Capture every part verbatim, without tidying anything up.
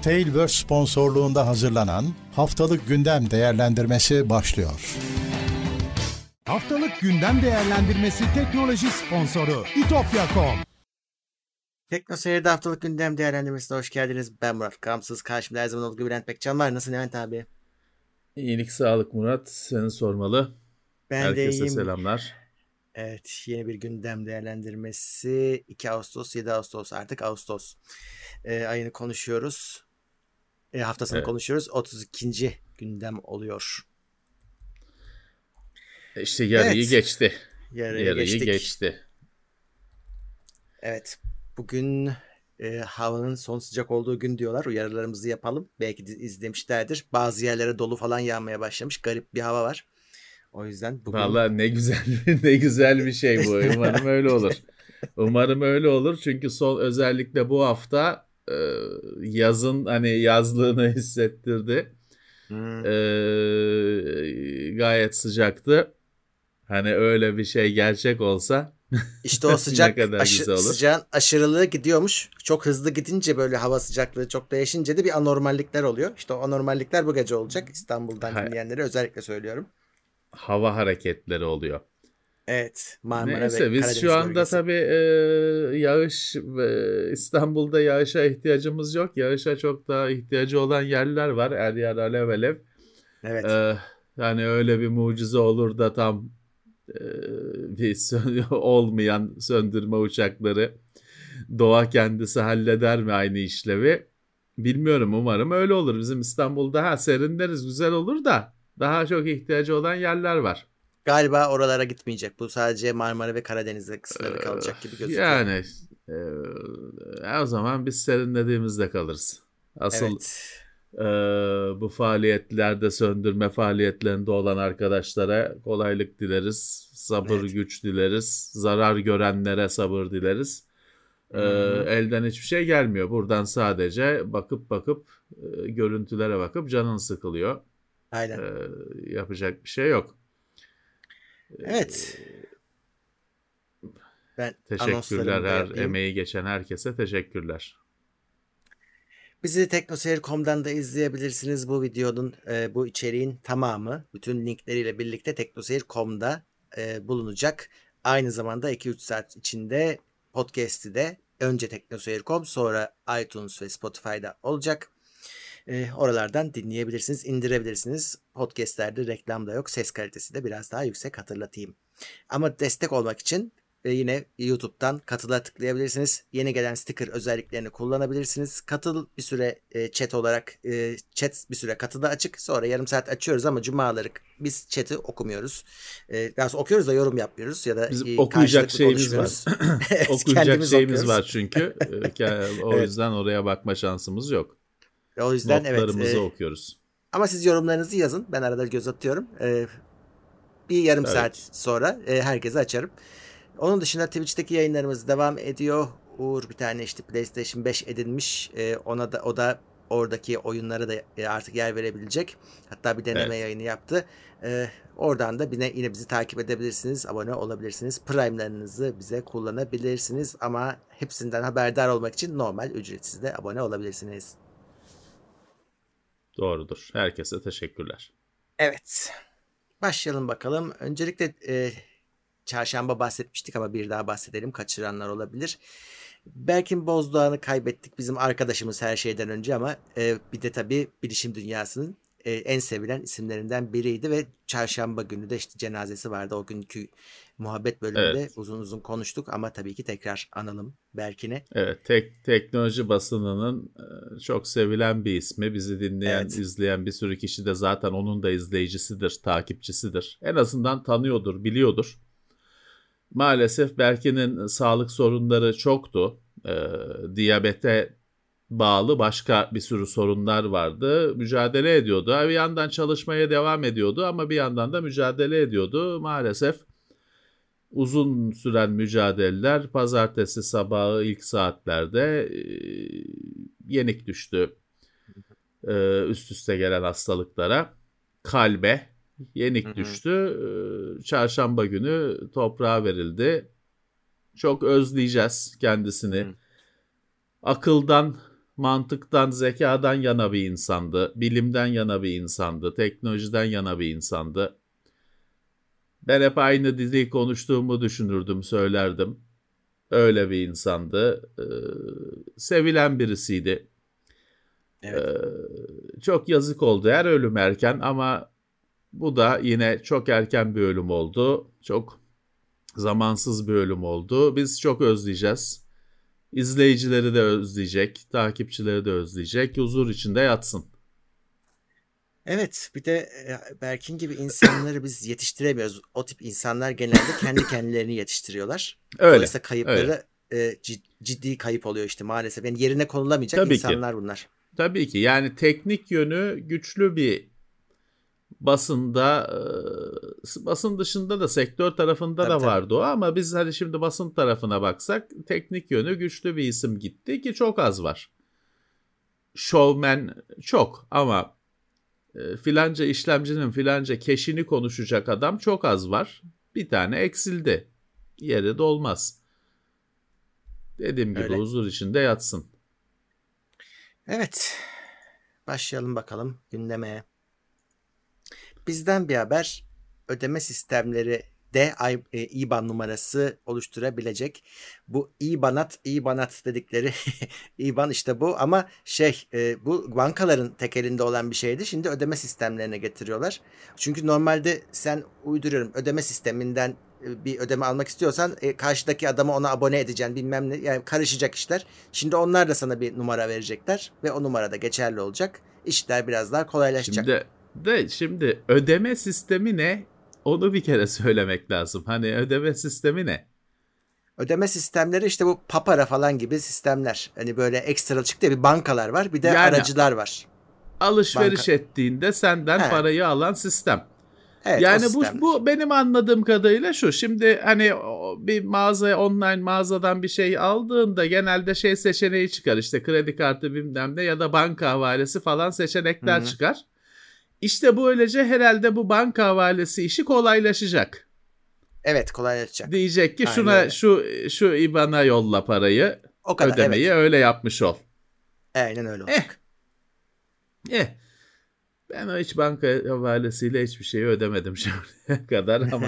Tailverse sponsorluğunda hazırlanan Haftalık Gündem Değerlendirmesi başlıyor. Haftalık Gündem Değerlendirmesi teknoloji sponsoru itopya nokta com. Teknoseyir'de Haftalık Gündem Değerlendirmesi'ne hoş geldiniz. Ben Murat Kamsız. Karşımda her zaman olduğu gibi Levent Bekcan var. Nasılsın Levent abi? İyilik, sağlık Murat. Seni sormalı. Ben Herkese de iyiyim. Selamlar. Evet, yeni bir gündem değerlendirmesi. iki Ağustos, yedi Ağustos, artık Ağustos e, ayını konuşuyoruz. E, haftasını Evet. konuşuyoruz. otuz ikinci gündem oluyor. İşte yarıyı Evet. geçti. Yarıyı, Yarıyı geçtik. geçti. Evet. Bugün e, havanın son sıcak olduğu gün diyorlar. Uyarılarımızı yapalım. Belki de izlemişlerdir. Bazı yerlere dolu falan yağmaya başlamış. Garip bir hava var. O yüzden bugün... Vallahi ne güzel ne güzel bir şey bu. Umarım öyle olur. Umarım öyle olur. Çünkü son özellikle bu hafta e, yazın hani yazlığını hissettirdi. Hmm. E, gayet sıcaktı. Hani öyle bir şey gerçek olsa İşte o sıcak ne kadar aşı, güzel olur. sıcağın aşırılığı gidiyormuş. Çok hızlı gidince böyle hava sıcaklığı çok değişince de bir anormallikler oluyor. İşte o anormallikler bu gece olacak. İstanbul'dan Hay- dinleyenlere özellikle söylüyorum. Hava hareketleri oluyor. Evet. Marmara Neyse ve biz Karadeniz şu anda bölgesi. tabii e, yağış ve İstanbul'da yağışa ihtiyacımız yok. Yağışa çok daha ihtiyacı olan yerler var. Er yer alev alev. Evet. E, yani öyle bir mucize olur da tam e, bir sö- olmayan söndürme uçakları doğa kendisi halleder mi aynı işlevi? Bilmiyorum, umarım öyle olur. Bizim İstanbul'da ha serinleriz, güzel olur da daha çok ihtiyacı olan yerler var. Galiba oralara gitmeyecek. Bu sadece Marmara ve Karadeniz'de kısımları kalacak gibi gözüküyor. Yani e, o zaman biz serinlediğimizde kalırız. Asıl Evet. e, bu faaliyetlerde, söndürme faaliyetlerinde olan arkadaşlara kolaylık dileriz. Sabır, Evet. güç dileriz. Zarar görenlere sabır dileriz. E, Hı-hı. elden hiçbir şey gelmiyor. Buradan sadece bakıp bakıp e, görüntülere bakıp canın sıkılıyor. Aynen. E, yapacak bir şey yok. Evet. Ben Teşekkürler, anonslarımı da her yapayım. emeği geçen herkese teşekkürler. Bizi teknoseyir nokta com'dan da izleyebilirsiniz. Bu videonun, e, bu içeriğin tamamı bütün linkleriyle birlikte teknoseyir nokta com'da e, bulunacak. Aynı zamanda iki üç saat içinde podcast'i de önce teknoseyir nokta com sonra iTunes ve Spotify'da olacak. E, oralardan dinleyebilirsiniz, indirebilirsiniz. Podcast'lerde reklam da yok. Ses kalitesi de biraz daha yüksek, hatırlatayım. Ama destek olmak için e, yine YouTube'dan katıla tıklayabilirsiniz. Yeni gelen sticker özelliklerini kullanabilirsiniz. Katıl bir süre e, chat olarak e, chat bir süre katıda açık. Sonra yarım saat açıyoruz ama cumaları biz chat'i okumuyoruz. E, yani okuyoruz da yorum yapmıyoruz ya da Bizim e, okuyacak karşılıklı şeyimiz var. konuşmuyoruz. Evet, Okuyacak kendimiz şeyimiz okuyoruz. var çünkü. Ee, ke- O Evet. yüzden oraya bakma şansımız yok. O yüzden evet. Notlarımızı e, okuyoruz. Ama siz yorumlarınızı yazın. Ben arada göz atıyorum. E, bir yarım Tabii saat ki. sonra e, herkese açarım. Onun dışında Twitch'teki yayınlarımız devam ediyor. Uğur bir tane işte PlayStation beş edinmiş. E, ona da o da oradaki oyunlara da e, artık yer verebilecek. Hatta bir deneme Evet. yayını yaptı. E, oradan da yine, yine bizi takip edebilirsiniz. Abone olabilirsiniz. Prime'larınızı bize kullanabilirsiniz. Ama hepsinden haberdar olmak için normal ücretsiz de abone olabilirsiniz. Doğrudur. Herkese teşekkürler. Evet. Başlayalım bakalım. Öncelikle e, çarşamba bahsetmiştik ama bir daha bahsedelim. Kaçıranlar olabilir. Berkin Bozdoğan'ı kaybettik. Bizim arkadaşımız her şeyden önce ama e, bir de tabii bilişim dünyasının e, en sevilen isimlerinden biriydi ve çarşamba günü de işte cenazesi vardı. O günkü muhabbet bölümünde Evet. uzun uzun konuştuk ama tabii ki tekrar analım Berkin'i. Evet. Tek, teknoloji basınının e, çok sevilen bir ismi. Bizi dinleyen, Evet. izleyen bir sürü kişi de zaten onun da izleyicisidir, takipçisidir. En azından tanıyordur, biliyordur. Maalesef Berkin'in sağlık sorunları çoktu. Ee, diyabete bağlı başka bir sürü sorunlar vardı. Mücadele ediyordu. Bir yandan çalışmaya devam ediyordu ama bir yandan da mücadele ediyordu. Maalesef uzun süren mücadeleler pazartesi sabahı ilk saatlerde e, yenik düştü. E, üst üste gelen hastalıklara, kalbe yenik Hı hı. düştü. E, çarşamba günü toprağa verildi. Çok özleyeceğiz kendisini. Hı. Akıldan mantıktan, zekadan yana bir insandı. Bilimden yana bir insandı. Teknolojiden yana bir insandı. Ben hep aynı dili konuştuğumu düşünürdüm, söylerdim. Öyle bir insandı. Ee, sevilen birisiydi. Evet. Ee, çok yazık oldu her ölüm erken ama bu da yine çok erken bir ölüm oldu. Çok zamansız bir ölüm oldu. Biz çok özleyeceğiz. İzleyicileri de özleyecek, takipçileri de özleyecek. Huzur içinde yatsın. Evet, bir de e, Berkin gibi insanları biz yetiştiremiyoruz. O tip insanlar genelde kendi kendilerini yetiştiriyorlar. Öyle. Dolayısıyla kayıpları e, cid- ciddi kayıp oluyor işte maalesef. Yani yerine konulamayacak Tabii insanlar ki. bunlar. Tabii ki. Yani teknik yönü güçlü bir basında, e, basın dışında da sektör tarafında Tabii, da tabii. vardı o ama biz hani şimdi basın tarafına baksak teknik yönü güçlü bir isim gitti ki çok az var. Showman çok ama e, filanca işlemcinin filanca keşini konuşacak adam çok az var. Bir tane eksildi. Yeri dolmaz. Dediğim gibi Öyle. huzur içinde yatsın. Evet. Başlayalım bakalım gündeme. Bizden bir haber, ödeme sistemleri de İ B A N numarası oluşturabilecek. Bu İBANat, İBANat dedikleri İ B A N işte bu ama şey e, bu bankaların tek elinde olan bir şeydi. Şimdi ödeme sistemlerine getiriyorlar. Çünkü normalde sen uyduruyorum ödeme sisteminden e, bir ödeme almak istiyorsan e, karşıdaki adama ona abone edeceksin bilmem ne yani karışacak işler. Şimdi onlar da sana bir numara verecekler ve o numarada geçerli olacak. İşler biraz daha kolaylaşacak. Şimdi de şimdi ödeme sistemi ne? Onu bir kere söylemek lazım. Hani ödeme sistemi ne? Ödeme sistemleri işte bu Papara falan gibi sistemler. Hani böyle ekstra çıktı ya bir bankalar var bir de Yani aracılar var. alışveriş Banka. ettiğinde senden He. parayı alan sistem. Evet, o Yani bu sistemler. bu benim anladığım kadarıyla şu. Şimdi hani o bir mağazaya online mağazadan bir şey aldığında genelde şey seçeneği çıkar. İşte kredi kartı bilmem ne ya da banka havalesi falan seçenekler Hı hı. çıkar. İşte böylece herhalde bu banka havalesi işi kolaylaşacak. Evet, kolaylaşacak. Diyecek ki Aynen şuna öyle. şu şu İ B A N''a yolla parayı. O kadar, Ödemeyi evet. öyle yapmış ol. Aynen öyle olacak. Eh. Ben o hiç banka havalesiyle hiçbir şeyi ödemedim şimdiye kadar ama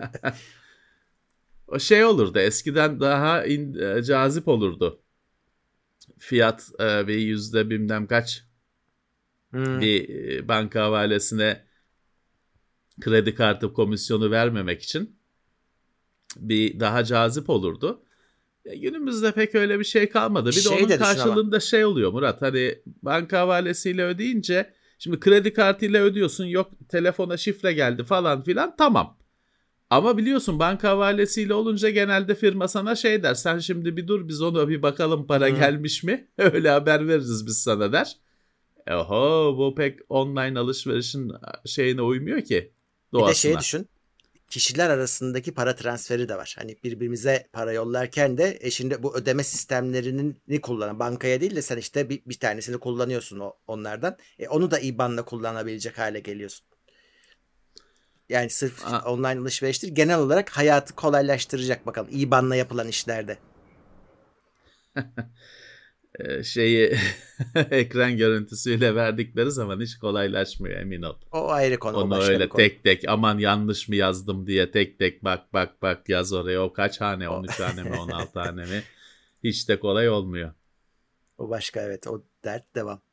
o şey olurdu. Eskiden daha in, e, cazip olurdu. Fiyat e, bir yüzde bilmem kaç Hmm. bir e, banka havalesine kredi kartı komisyonu vermemek için bir daha cazip olurdu. Ya günümüzde pek öyle bir şey kalmadı. Bir Şey de onun de düşün ama. karşılığında şey oluyor Murat. Hani banka havalesiyle ödeyince şimdi kredi kartıyla ödüyorsun. Yok telefona şifre geldi falan filan tamam. Ama biliyorsun banka havalesiyle olunca genelde firma sana şey der. Sen şimdi bir dur biz ona bir bakalım para Hı. gelmiş mi? Öyle haber veririz biz sana der. Oho bu pek online alışverişin şeyine uymuyor ki. Bir de Doğasına. şey düşün. Kişiler arasındaki para transferi de var. Hani birbirimize para yollarken de e şimdi bu ödeme sistemlerini kullanan bankaya değil de sen işte bir, bir tanesini kullanıyorsun o, onlardan. E onu da İ B A N'la kullanabilecek hale geliyorsun. Yani sırf Aa. online alışveriş değil genel olarak hayatı kolaylaştıracak bakalım İ B A N'la yapılan işlerde. şeyi ekran görüntüsüyle verdikleri zaman hiç kolaylaşmıyor emin ol. O ayrı konu. O Onu başka öyle bir konu. tek tek aman yanlış mı yazdım diye tek tek bak bak bak yaz oraya o kaç hane on üç hane mi on altı hane mi hiç de kolay olmuyor. O başka evet o dert devam.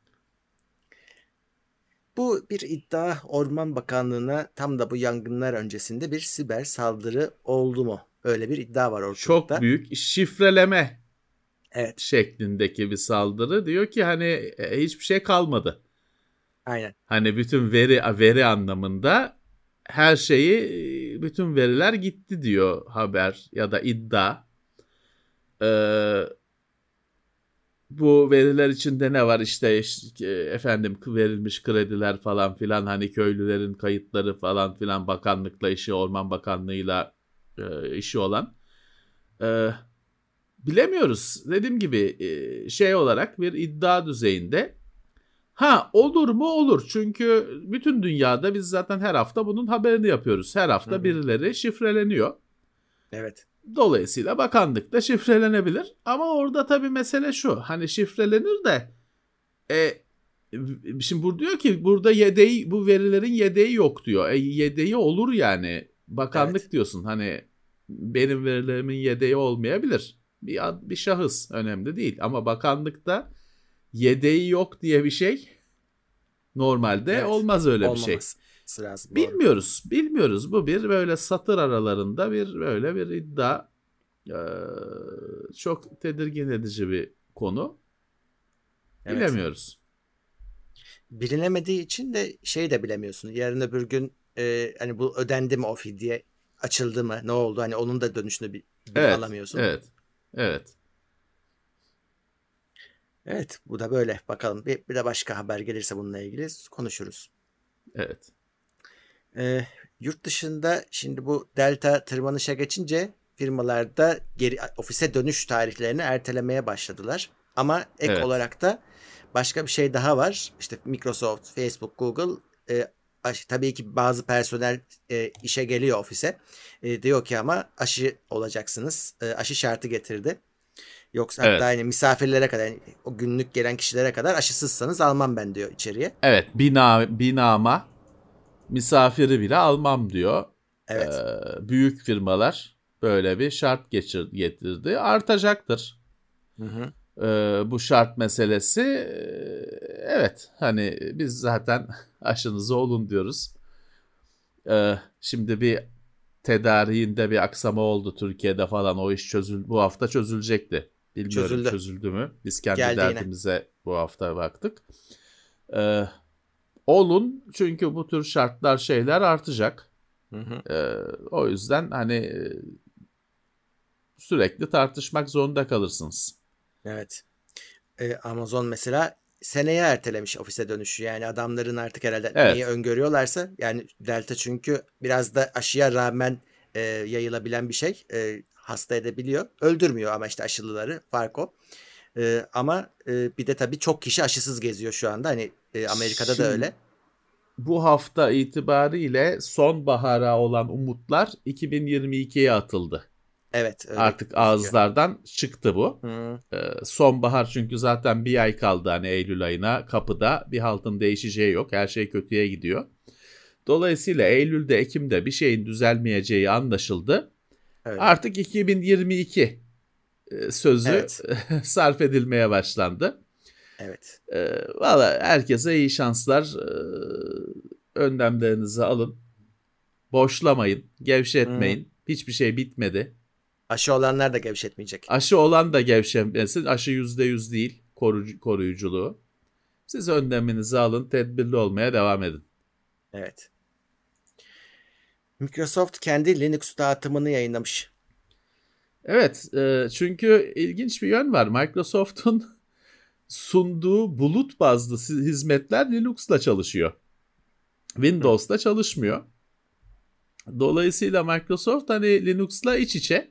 Bu bir iddia Orman Bakanlığı'na tam da bu yangınlar öncesinde bir siber saldırı oldu mu? Öyle bir iddia var ortada. Çok büyük şifreleme Evet. şeklindeki bir saldırı diyor ki hani e, hiçbir şey kalmadı. Aynen. Hani bütün veri veri anlamında her şeyi bütün veriler gitti diyor haber ya da iddia. Ee, bu veriler içinde ne var işte, işte efendim verilmiş krediler falan filan hani köylülerin kayıtları falan filan bakanlıkla işi Orman Bakanlığı'yla e, işi olan. Ee, bilemiyoruz dediğim gibi e, şey olarak bir iddia düzeyinde. Ha olur mu olur çünkü bütün dünyada biz zaten her hafta bunun haberini yapıyoruz. Her hafta Hı hı. birileri şifreleniyor. Evet. Dolayısıyla bakanlık da şifrelenebilir. Ama orada tabii mesele şu. Hani şifrelenir de E, şimdi burada diyor ki burada yedeği, bu verilerin yedeği yok diyor. E, yedeği olur yani. Bakanlık evet. diyorsun. Hani benim verilerimin yedeği olmayabilir. Bir bir şahıs önemli değil. Ama bakanlıkta yedeği yok diye bir şey normalde evet. olmaz öyle Olmaması bir şey. Lazım, bilmiyoruz. Doğru. Bilmiyoruz. Bu bir böyle satır aralarında bir böyle bir iddia. Ee, çok tedirgin edici bir konu. Evet. Bilemiyoruz. Bilinemediği için de şey de bilemiyorsun. Yarın öbür gün e, hani bu ödendi mi o fidye, açıldı mı, ne oldu? Hani onun da dönüşünü bir, bir evet, alamıyorsun. Evet. Evet. Evet, bu da böyle. Bakalım bir, bir de başka haber gelirse bununla ilgili konuşuruz. Evet. Ee, yurt dışında şimdi bu delta tırmanışa geçince firmalarda geri ofise dönüş tarihlerini ertelemeye başladılar. Ama ek evet. olarak da başka bir şey daha var. İşte Microsoft, Facebook, Google e, aşı, tabii ki bazı personel e, işe geliyor ofise. E, diyor ki ama aşı olacaksınız. E, aşı şartı getirdi. Yoksa evet. hatta yani misafirlere kadar, yani o günlük gelen kişilere kadar aşısızsanız almam ben diyor içeriye. Evet, bina binama misafiri bile almam diyor. Evet. Ee, büyük firmalar böyle bir şart geçir, getirdi. Artacaktır. Hı hı. Ee, bu şart meselesi evet hani biz zaten aşınızı olun diyoruz. Ee, şimdi bir tedariğinde bir aksama oldu Türkiye'de falan, o iş çözül bu hafta çözülecekti. Bilmiyorum çözüldü, çözüldü mü? Biz kendi Geldi derdimize yine. Bu hafta baktık. Ee, olun çünkü bu tür şartlar şeyler artacak. Hı hı. Ee, o yüzden hani sürekli tartışmak zorunda kalırsınız. Evet. Ee, Amazon mesela seneye ertelemiş ofise dönüşü. Yani adamların artık herhalde evet. neyi öngörüyorlarsa, yani delta çünkü biraz da aşıya rağmen e, yayılabilen bir şey. E, hasta edebiliyor. Öldürmüyor ama işte aşılıları, fark o. E, ama e, bir de tabii çok kişi aşısız geziyor şu anda. Hani e, Amerika'da Şimdi, da öyle. Bu hafta itibariyle sonbahara olan umutlar iki bin yirmi ikiye atıldı. Evet. Öyle Artık gözüküyor. Ağızlardan çıktı bu. Hı. Ee, sonbahar çünkü zaten bir ay kaldı hani Eylül ayına, kapıda bir haltın değişeceği yok. Her şey kötüye gidiyor. Dolayısıyla Eylül'de, Ekim'de bir şeyin düzelmeyeceği anlaşıldı. Evet. Artık iki bin yirmi iki sözü evet. sarf edilmeye başlandı. Evet. Ee, Valla herkese iyi şanslar. Ee, önlemlerinizi alın. Boşlamayın, gevşetmeyin. Hı. Hiçbir şey bitmedi. Aşı olanlar da gevşetmeyecek. Aşı olan da gevşemesin. Aşı yüzde yüz değil koruyucu, koruyuculuğu. Siz önleminizi alın, tedbirli olmaya devam edin. Evet. Microsoft kendi Linux dağıtımını yayınlamış. Evet, e, çünkü ilginç bir yön var. Microsoft'un sunduğu bulut bazlı hizmetler Linux'la çalışıyor. Windows'la Hı. çalışmıyor. Dolayısıyla Microsoft hani Linux'la iç içe.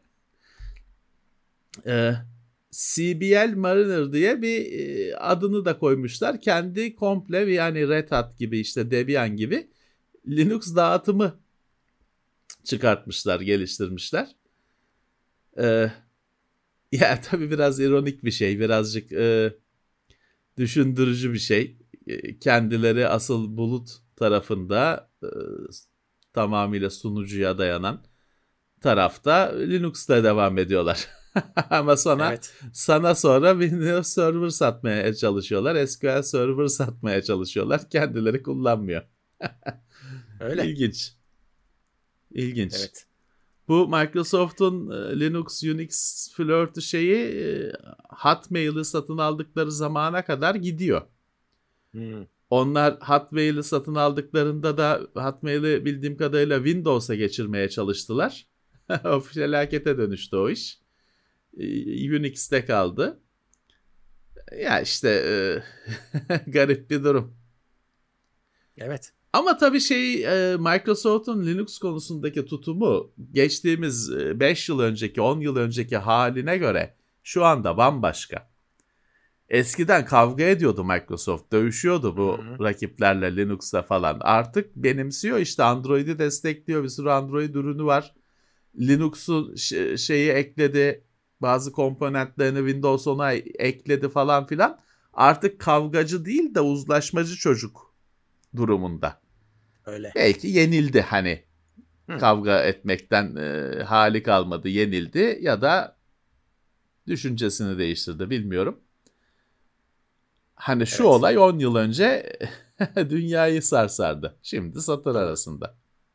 Ee, C B L Mariner diye bir e, adını da koymuşlar. Kendi komple bir yani Red Hat gibi, işte Debian gibi Linux dağıtımı çıkartmışlar, geliştirmişler. Ee, ya tabii biraz ironik bir şey, birazcık e, düşündürücü bir şey. E, kendileri asıl bulut tarafında e, tamamıyla sunucuya dayanan tarafta Linux'ta devam ediyorlar. Ama sonra evet. sana sonra Windows Server satmaya çalışıyorlar. S Q L Server satmaya çalışıyorlar. Kendileri kullanmıyor. Öyle. İlginç. İlginç. Evet. Bu Microsoft'un Linux, Unix flörtü şeyi Hotmail'i satın aldıkları zamana kadar gidiyor. Hmm. Onlar Hotmail'i satın aldıklarında da Hotmail'i bildiğim kadarıyla Windows'a geçirmeye çalıştılar. O felakete dönüştü o iş. Unix'te kaldı. Ya işte e, garip bir durum. Evet. Ama tabii şey e, Microsoft'un Linux konusundaki tutumu geçtiğimiz beş yıl önceki, on yıl önceki haline göre şu anda bambaşka. Eskiden kavga ediyordu Microsoft, dövüşüyordu bu Hı-hı. rakiplerle Linux'ta falan. Artık benimsiyor, işte Android'i destekliyor, bir sürü Android ürünü var. Linux'un şeyi ekledi, bazı komponentlerini Windows ona ekledi falan filan. artık kavgacı değil de uzlaşmacı çocuk durumunda. Öyle. Belki yenildi hani. Hı. Kavga etmekten e, hali kalmadı, yenildi ya da düşüncesini değiştirdi, bilmiyorum. Hani şu evet. olay on yıl önce dünyayı sarsardı. Şimdi satır arasında.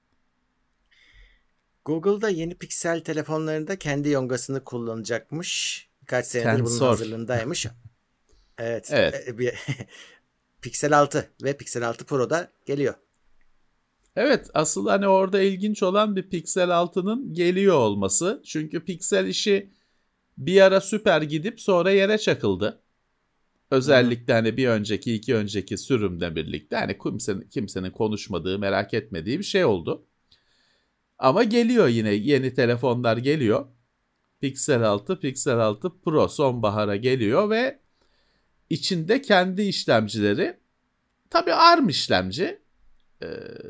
Google'da yeni Pixel telefonlarında kendi yongasını kullanacakmış. Birkaç senedir Tensor. Bunun hazırlığındaymış. Evet. evet. Pixel altı ve Pixel altı Pro'da geliyor. Evet, asıl hani orada ilginç olan bir Pixel altının geliyor olması. Çünkü Pixel işi bir ara süper gidip sonra yere çakıldı. Özellikle hani bir önceki iki önceki sürümle birlikte hani kimsenin, kimsenin konuşmadığı, merak etmediği bir şey oldu. Ama geliyor, yine yeni telefonlar geliyor. Pixel altı, Pixel altı Pro sonbahara geliyor ve içinde kendi işlemcileri. Tabii ARM işlemci ee,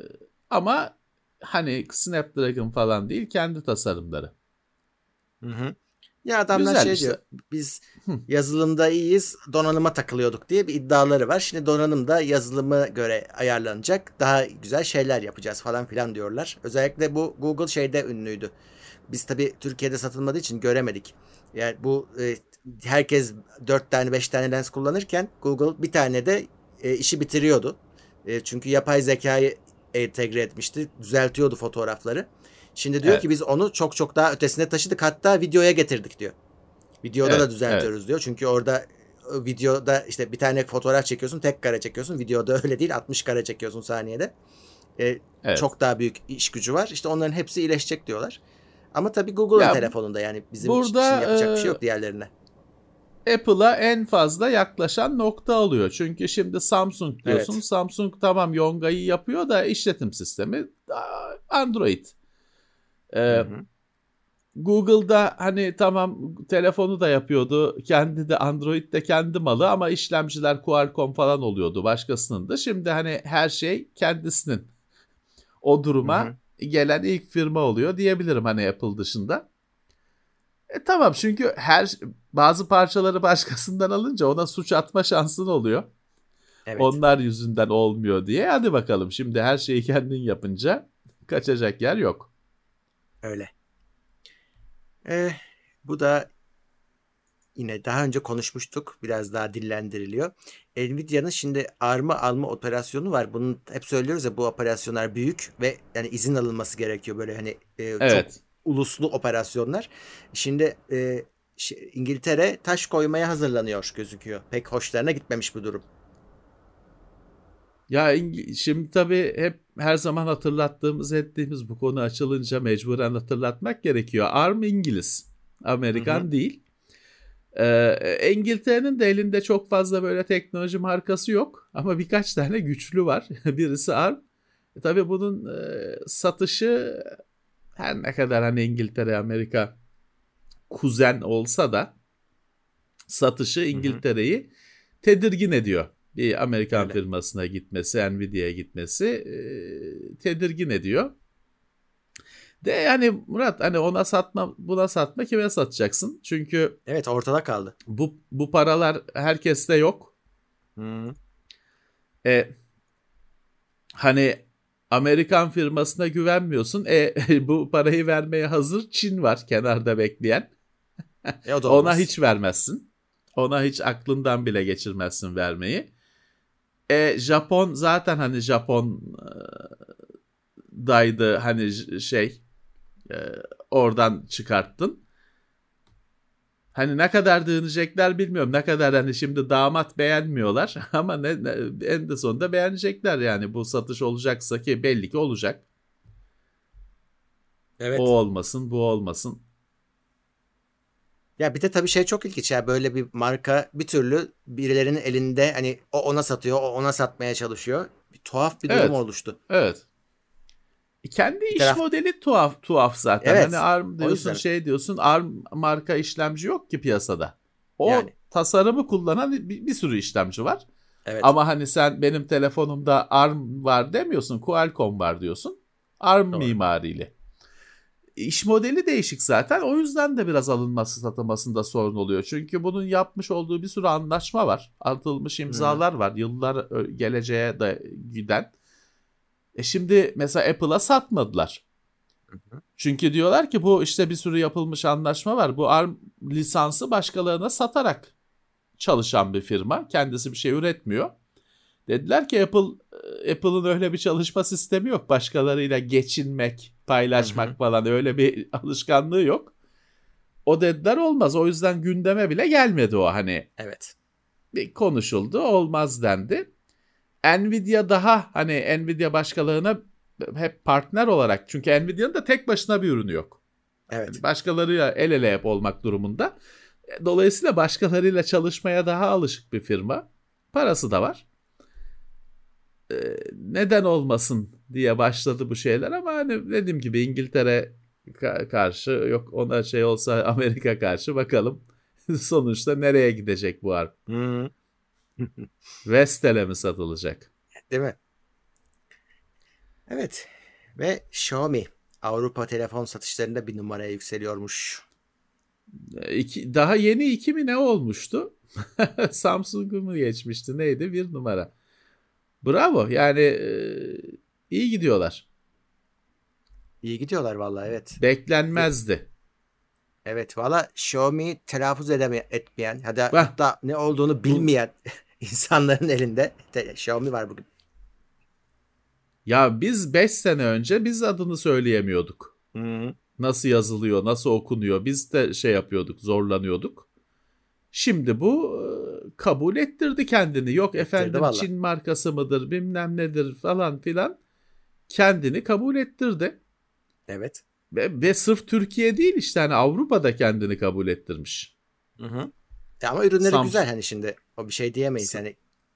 ama hani Snapdragon falan değil, kendi tasarımları. Hı hı. Ya adamlar Güzel şey işte. diyor, biz yazılımda iyiyiz, donanıma takılıyorduk diye bir iddiaları var. Şimdi donanımda yazılıma göre ayarlanacak, daha güzel şeyler yapacağız falan filan diyorlar. Özellikle bu Google şeyde ünlüydü. Biz tabii Türkiye'de satılmadığı için göremedik. Yani bu e, herkes dört tane beş tane lens kullanırken Google bir tane de e, işi bitiriyordu. E, çünkü yapay zekayı entegre etmişti, düzeltiyordu fotoğrafları. Şimdi diyor evet. ki biz onu çok çok daha ötesine taşıdık. Hatta videoya getirdik diyor. Videoda evet, da düzeltiyoruz evet. diyor. Çünkü orada videoda işte bir tane fotoğraf çekiyorsun, tek kare çekiyorsun. Videoda öyle değil, altmış kare çekiyorsun saniyede. Ee, evet. Çok daha büyük iş gücü var. İşte onların hepsi iyileşecek diyorlar. Ama tabii Google'ın ya, telefonunda, yani bizim burada, için yapacak e... bir şey yok diğerlerine. Apple'a en fazla yaklaşan nokta alıyor. Çünkü şimdi Samsung diyorsun. Evet. Samsung tamam Yonga'yı yapıyor da işletim sistemi Android. Ee, Google'da hani tamam telefonu da yapıyordu. Kendi de Android'de kendi malı ama işlemciler Qualcomm falan oluyordu başkasının da. Şimdi hani her şey kendisinin. O duruma hı hı. gelen ilk firma oluyor diyebilirim hani Apple dışında. E tamam, çünkü her bazı parçaları başkasından alınca ona suç atma şansın oluyor. Evet. Onlar yüzünden olmuyor diye. Hadi bakalım, şimdi her şeyi kendin yapınca kaçacak yer yok. Öyle. Ee, bu da yine daha önce konuşmuştuk. Biraz daha dillendiriliyor. Nvidia'nın şimdi ARM'ı alma operasyonu var. Bunu hep söylüyoruz ya, bu operasyonlar büyük ve yani izin alınması gerekiyor. Böyle hani e, evet. çok uluslu operasyonlar. Şimdi e, İngiltere taş koymaya hazırlanıyor gözüküyor. Pek hoşlarına gitmemiş bu durum. Ya şimdi tabii hep her zaman hatırlattığımız ettiğimiz bu konu açılınca mecburen hatırlatmak gerekiyor. ARM İngiliz, Amerikan hı hı. değil. Ee, İngiltere'nin de elinde çok fazla böyle teknoloji markası yok ama birkaç tane güçlü var. Birisi ARM. E, tabii bunun e, satışı her ne kadar hani İngiltere, Amerika kuzen olsa da satışı İngiltere'yi hı hı. tedirgin ediyor. Bir Amerikan Öyle. firmasına gitmesi, Nvidia'ya gitmesi e, tedirgin ediyor. De yani Murat, hani ona satma, buna satma, kime satacaksın? Çünkü evet, ortada kaldı. Bu bu paralar herkeste yok. Hı. E, hani Amerikan firmasına güvenmiyorsun. E bu parayı vermeye hazır Çin var kenarda bekleyen. E, ona hiç vermezsin. Ona hiç aklından bile geçirmezsin vermeyi. E, Japon zaten hani Japon e, daydı hani şey e, oradan çıkarttın. Hani ne kadar dönecekler bilmiyorum. Ne kadar hani şimdi damat beğenmiyorlar ama ne, ne en de sonunda beğenecekler yani, bu satış olacaksa, ki belli ki olacak. Evet. O olmasın, bu olmasın. Ya bir de tabii şey çok ilginç ya, böyle bir marka bir türlü birilerinin elinde, hani o ona satıyor, o ona satmaya çalışıyor. Bir tuhaf bir durum evet. oluştu. Evet. Kendi bir iş taraf... modeli tuhaf tuhaf zaten. Evet, hani ARM diyorsun, şey diyorsun, ARM marka işlemci yok ki piyasada. O yani. Tasarımı kullanan bir, bir sürü işlemci var. Evet. Ama hani sen benim telefonumda ARM var demiyorsun, Qualcomm var diyorsun. ARM Doğru. mimariyle. iş modeli değişik zaten. O yüzden de biraz alınması satılmasında sorun oluyor. Çünkü bunun yapmış olduğu bir sürü anlaşma var. Atılmış imzalar var. Yıllar geleceğe de giden. E şimdi mesela Apple'a satmadılar. Çünkü diyorlar ki bu işte bir sürü yapılmış anlaşma var. Bu ARM lisansı başkalarına satarak çalışan bir firma. Kendisi bir şey üretmiyor. Dediler ki Apple Apple'ın öyle bir çalışma sistemi yok. Başkalarıyla geçinmek, paylaşmak hı hı. falan öyle bir alışkanlığı yok. O dediler olmaz. O yüzden gündeme bile gelmedi o hani. Evet. Bir konuşuldu, olmaz dendi. Nvidia daha hani Nvidia başkalarına hep partner olarak, çünkü Nvidia'nın da tek başına bir ürünü yok. Evet. Yani başkalarıyla el ele hep olmak durumunda. Dolayısıyla başkalarıyla çalışmaya daha alışık bir firma. Parası da var. Ee, neden olmasın diye başladı bu şeyler ama hani dediğim gibi İngiltere ka- karşı yok, ona şey olsa Amerika karşı, bakalım sonuçta nereye gidecek bu harp? Hmm. Vestel'e mi satılacak? Değil mi? Evet. Ve Xiaomi Avrupa telefon satışlarında bir numaraya yükseliyormuş. İki, daha yeni iki mi ne olmuştu? Samsung'u mu geçmişti? Neydi? Bir numara. Bravo. Yani e, iyi gidiyorlar. İyi gidiyorlar vallahi, evet. Beklenmezdi. Evet valla Xiaomi telaffuz edeme, etmeyen hatta, hatta ne olduğunu bilmeyen insanların elinde de, Xiaomi var bugün. Ya biz beş sene önce biz adını söyleyemiyorduk. Hı-hı. Nasıl yazılıyor, nasıl okunuyor, biz de şey yapıyorduk, zorlanıyorduk. Şimdi bu kabul ettirdi kendini. Yok ettirdi efendim vallahi. Çin markası mıdır, bilmem nedir falan filan. Kendini kabul ettirdi. Evet. Ve, ve sırf Türkiye değil işte, hani Avrupa'da kendini kabul ettirmiş. Hı hı. Ama ürünleri Samsung, güzel hani şimdi o bir şey diyemeyiz hani.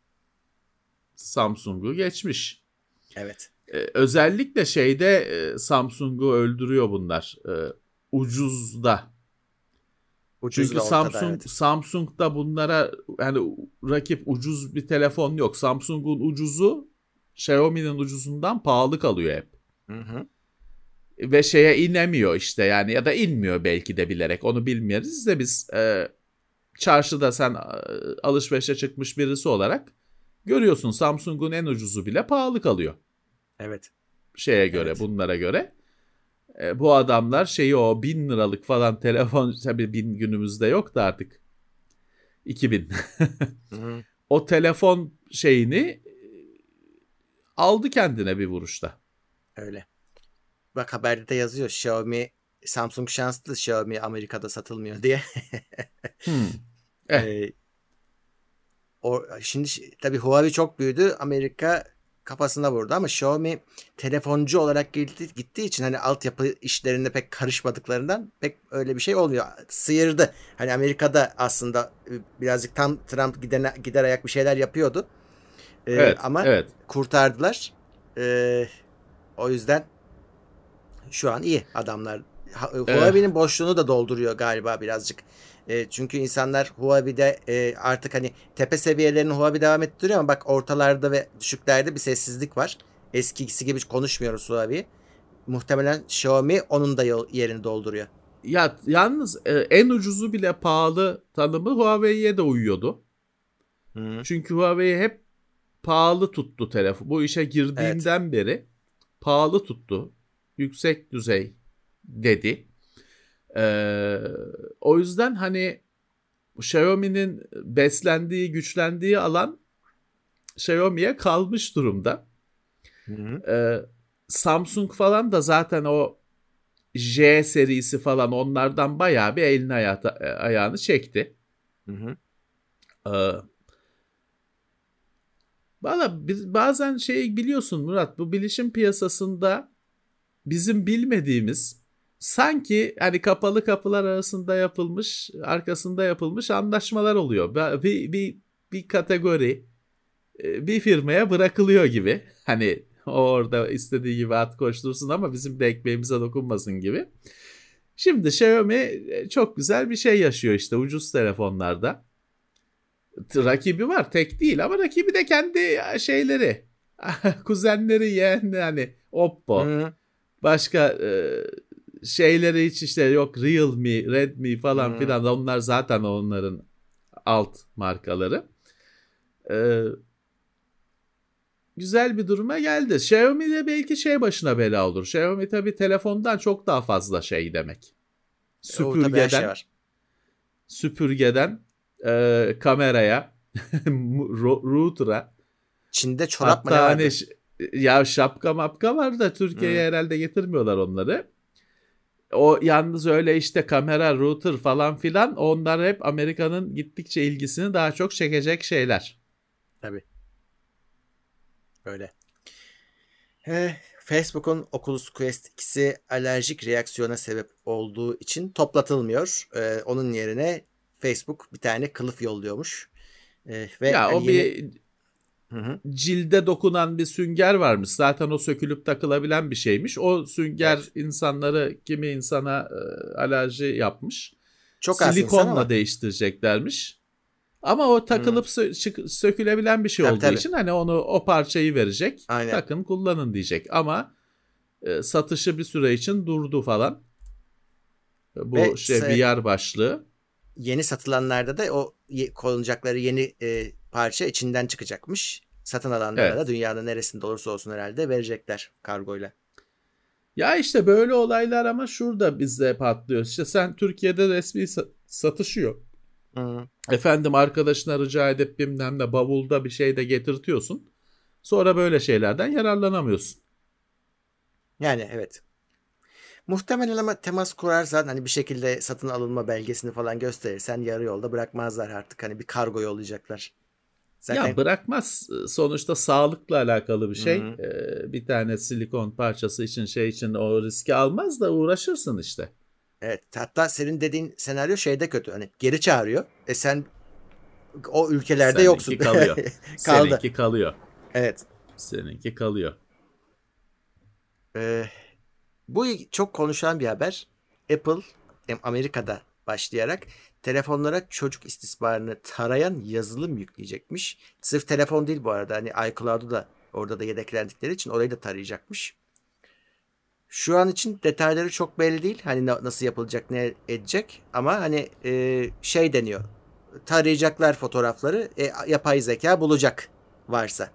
Samsung'u geçmiş. Evet. Ee, özellikle şeyde e, Samsung'u öldürüyor bunlar. E, ucuzda. Ucuz Çünkü Samsung ortada, evet. Samsung'da bunlara yani rakip ucuz bir telefon yok. Samsung'un ucuzu Xiaomi'nin ucuzundan pahalı kalıyor hep. Hı hı. Ve şeye inemiyor işte yani, ya da inmiyor belki de bilerek, onu bilmiyoruz da biz e, çarşıda sen e, alışverişe çıkmış birisi olarak görüyorsun Samsung'un en ucuzu bile pahalı kalıyor. Evet. Şeye göre, evet. Bunlara göre. E, bu adamlar şeyi o bin liralık falan telefon, tabii bin günümüzde yok da artık iki bin. Hı-hı. O telefon şeyini aldı kendine bir vuruşta. Öyle. Bak haberde de yazıyor Xiaomi, Samsung şanslı, Xiaomi Amerika'da satılmıyor diye. hmm. eh. ee, o, şimdi tabii Huawei çok büyüdü. Amerika kafasına vurdu ama Xiaomi telefoncu olarak gitti, gittiği için hani altyapı işlerinde pek karışmadıklarından pek öyle bir şey olmuyor. Sıyırdı. Hani Amerika'da aslında birazcık tam Trump gider, gider ayak bir şeyler yapıyordu. Ee, evet, ama evet. kurtardılar. Ee, o yüzden şu an iyi adamlar. Huawei'nin boşluğunu da dolduruyor galiba birazcık. E, çünkü insanlar Huawei'de e, artık hani tepe seviyelerini Huawei devam ettiriyor ama bak ortalarda ve düşüklerde bir sessizlik var. Eskisi gibi konuşmuyoruz Huawei'yi. Muhtemelen Xiaomi onun da yerini dolduruyor. Ya yalnız e, en ucuzu bile pahalı tanımı Huawei'ye de uyuyordu. Hı. Çünkü Huawei hep pahalı tuttu telefon. Bu işe girdiğinden evet. beri pahalı tuttu. Yüksek düzey dedi. Ee, o yüzden hani Xiaomi'nin beslendiği, güçlendiği alan Xiaomi'ye kalmış durumda. Ee, Samsung falan da zaten o J serisi falan onlardan bayağı bir elini ayağını, ayağını çekti. Hı hı. Ee, valla biz bazen şey biliyorsun Murat, bu bilişim piyasasında bizim bilmediğimiz, sanki hani kapalı kapılar arasında yapılmış, arkasında yapılmış anlaşmalar oluyor. Bir, bir, bir kategori bir firmaya bırakılıyor gibi. Hani o orada istediği gibi at koştursun ama bizim de ekmeğimize dokunmasın gibi. Şimdi Xiaomi çok güzel bir şey yaşıyor işte ucuz telefonlarda. Rakibi var, tek değil ama rakibi de kendi şeyleri. Kuzenleri, yeğenleri, hani Oppo. Hı. Başka e, şeyleri hiç işte yok, Realme, Redmi falan Hmm. filan, onlar zaten onların alt markaları. Ee, güzel bir duruma geldi. Xiaomi de belki şey başına bela olur. Xiaomi tabii telefondan çok daha fazla şey demek. O tabii her şey Süpürgeden, var. süpürgeden e, kameraya, ro- router'a, Çin'de çorap mı ne hatta hani vardı? ş- ya şapka mapka var da Türkiye'ye Hmm. herhalde getirmiyorlar onları. O yalnız öyle işte kamera, router falan filan, onlar hep Amerika'nın gittikçe ilgisini daha çok çekecek şeyler. Tabii. Öyle. Eh, Facebook'un Oculus Quest ikisi alerjik reaksiyona sebep olduğu için toplatılmıyor. Eh, onun yerine Facebook bir tane kılıf yolluyormuş. Eh, ve Ya hani o yeni... bir Hı hı. cilde dokunan bir sünger varmış. Zaten o sökülüp takılabilen bir şeymiş. O sünger Evet. insanları, kimi insana e, alerji yapmış. Çok az insan Silikonla ama. değiştireceklermiş. Ama o Hı. takılıp sö- çık- sökülebilen bir şey Tabii olduğu tabii. için hani onu, o parçayı verecek. Aynen. Takın kullanın diyecek. Ama e, satışı bir süre için durdu falan. E, Bu Ve şey se- V R başlığı. yeni satılanlarda da o ye- konulacakları yeni e, parça içinden çıkacakmış. Satın alanlara da Evet. dünyanın neresinde olursa olsun herhalde verecekler kargoyla. Ya işte böyle olaylar ama şurada bizde patlıyor. İşte sen Türkiye'de resmi sa- satış yok. Hı. Efendim arkadaşına rica edip bilmem ne bavulda bir şey de getirtiyorsun. Sonra böyle şeylerden yararlanamıyorsun. Yani evet. Muhtemelen ama temas kurarsan hani bir şekilde satın alınma belgesini falan gösterirsen yarı yolda bırakmazlar artık. Hani bir kargo yollayacaklar. Ya Zaten bırakmaz. Sonuçta sağlıkla alakalı bir şey. hı, Ee, bir tane silikon parçası için şey için o riski almaz da uğraşırsın işte. evet, hatta senin dediğin senaryo şeyde kötü. Hani geri çağırıyor. E sen o ülkelerde yoksun. Seninki kalıyor. Kaldı. Seninki kalıyor. Evet. Seninki kalıyor. Ee, bu çok konuşulan bir haber. Apple hem Amerika'da başlayarak telefonlara çocuk istismarını tarayan yazılım yükleyecekmiş. Sırf telefon değil bu arada. Hani iCloud'u da orada da yedeklendikleri için orayı da tarayacakmış. Şu an için detayları çok belli değil. Hani na- nasıl yapılacak, ne edecek. Ama hani e, şey deniyor. Tarayacaklar fotoğrafları. E, yapay zeka bulacak varsa.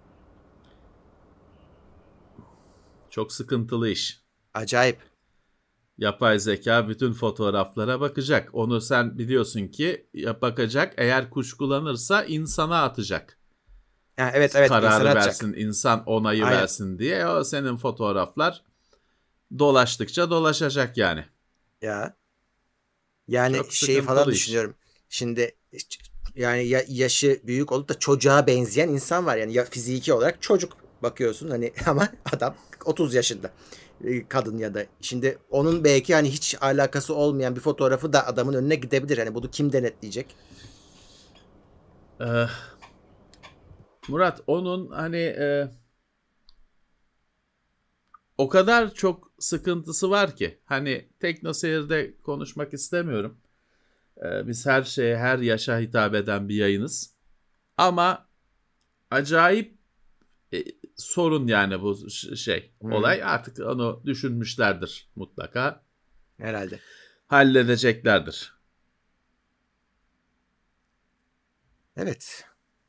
Çok sıkıntılı iş. Acayip. Yapay zeka bütün fotoğraflara bakacak. Onu sen biliyorsun ki ya bakacak. Eğer kuşkulanırsa insana atacak. Ha, evet evet insan Kararı atacak. versin, insan onayı Aynen. versin diye. O senin fotoğraflar dolaştıkça dolaşacak yani. Ya. Yani Çok şeyi sıkıntılı falan iş. düşünüyorum. Şimdi yani ya, yaşı büyük olup da çocuğa benzeyen insan var. Yani ya fiziki olarak çocuk bakıyorsun hani ama adam otuz yaşında. E, kadın ya da. Şimdi onun belki hani hiç alakası olmayan bir fotoğrafı da adamın önüne gidebilir. Hani bunu kim denetleyecek? Ee, Murat, onun hani e, o kadar çok sıkıntısı var ki hani TeknoSeyir'de konuşmak istemiyorum. Ee, biz her şeye, her yaşa hitap eden bir yayınız. Ama acayip e, sorun yani bu ş- şey Hmm, olay, artık onu düşünmüşlerdir mutlaka, herhalde. halledeceklerdir. Evet.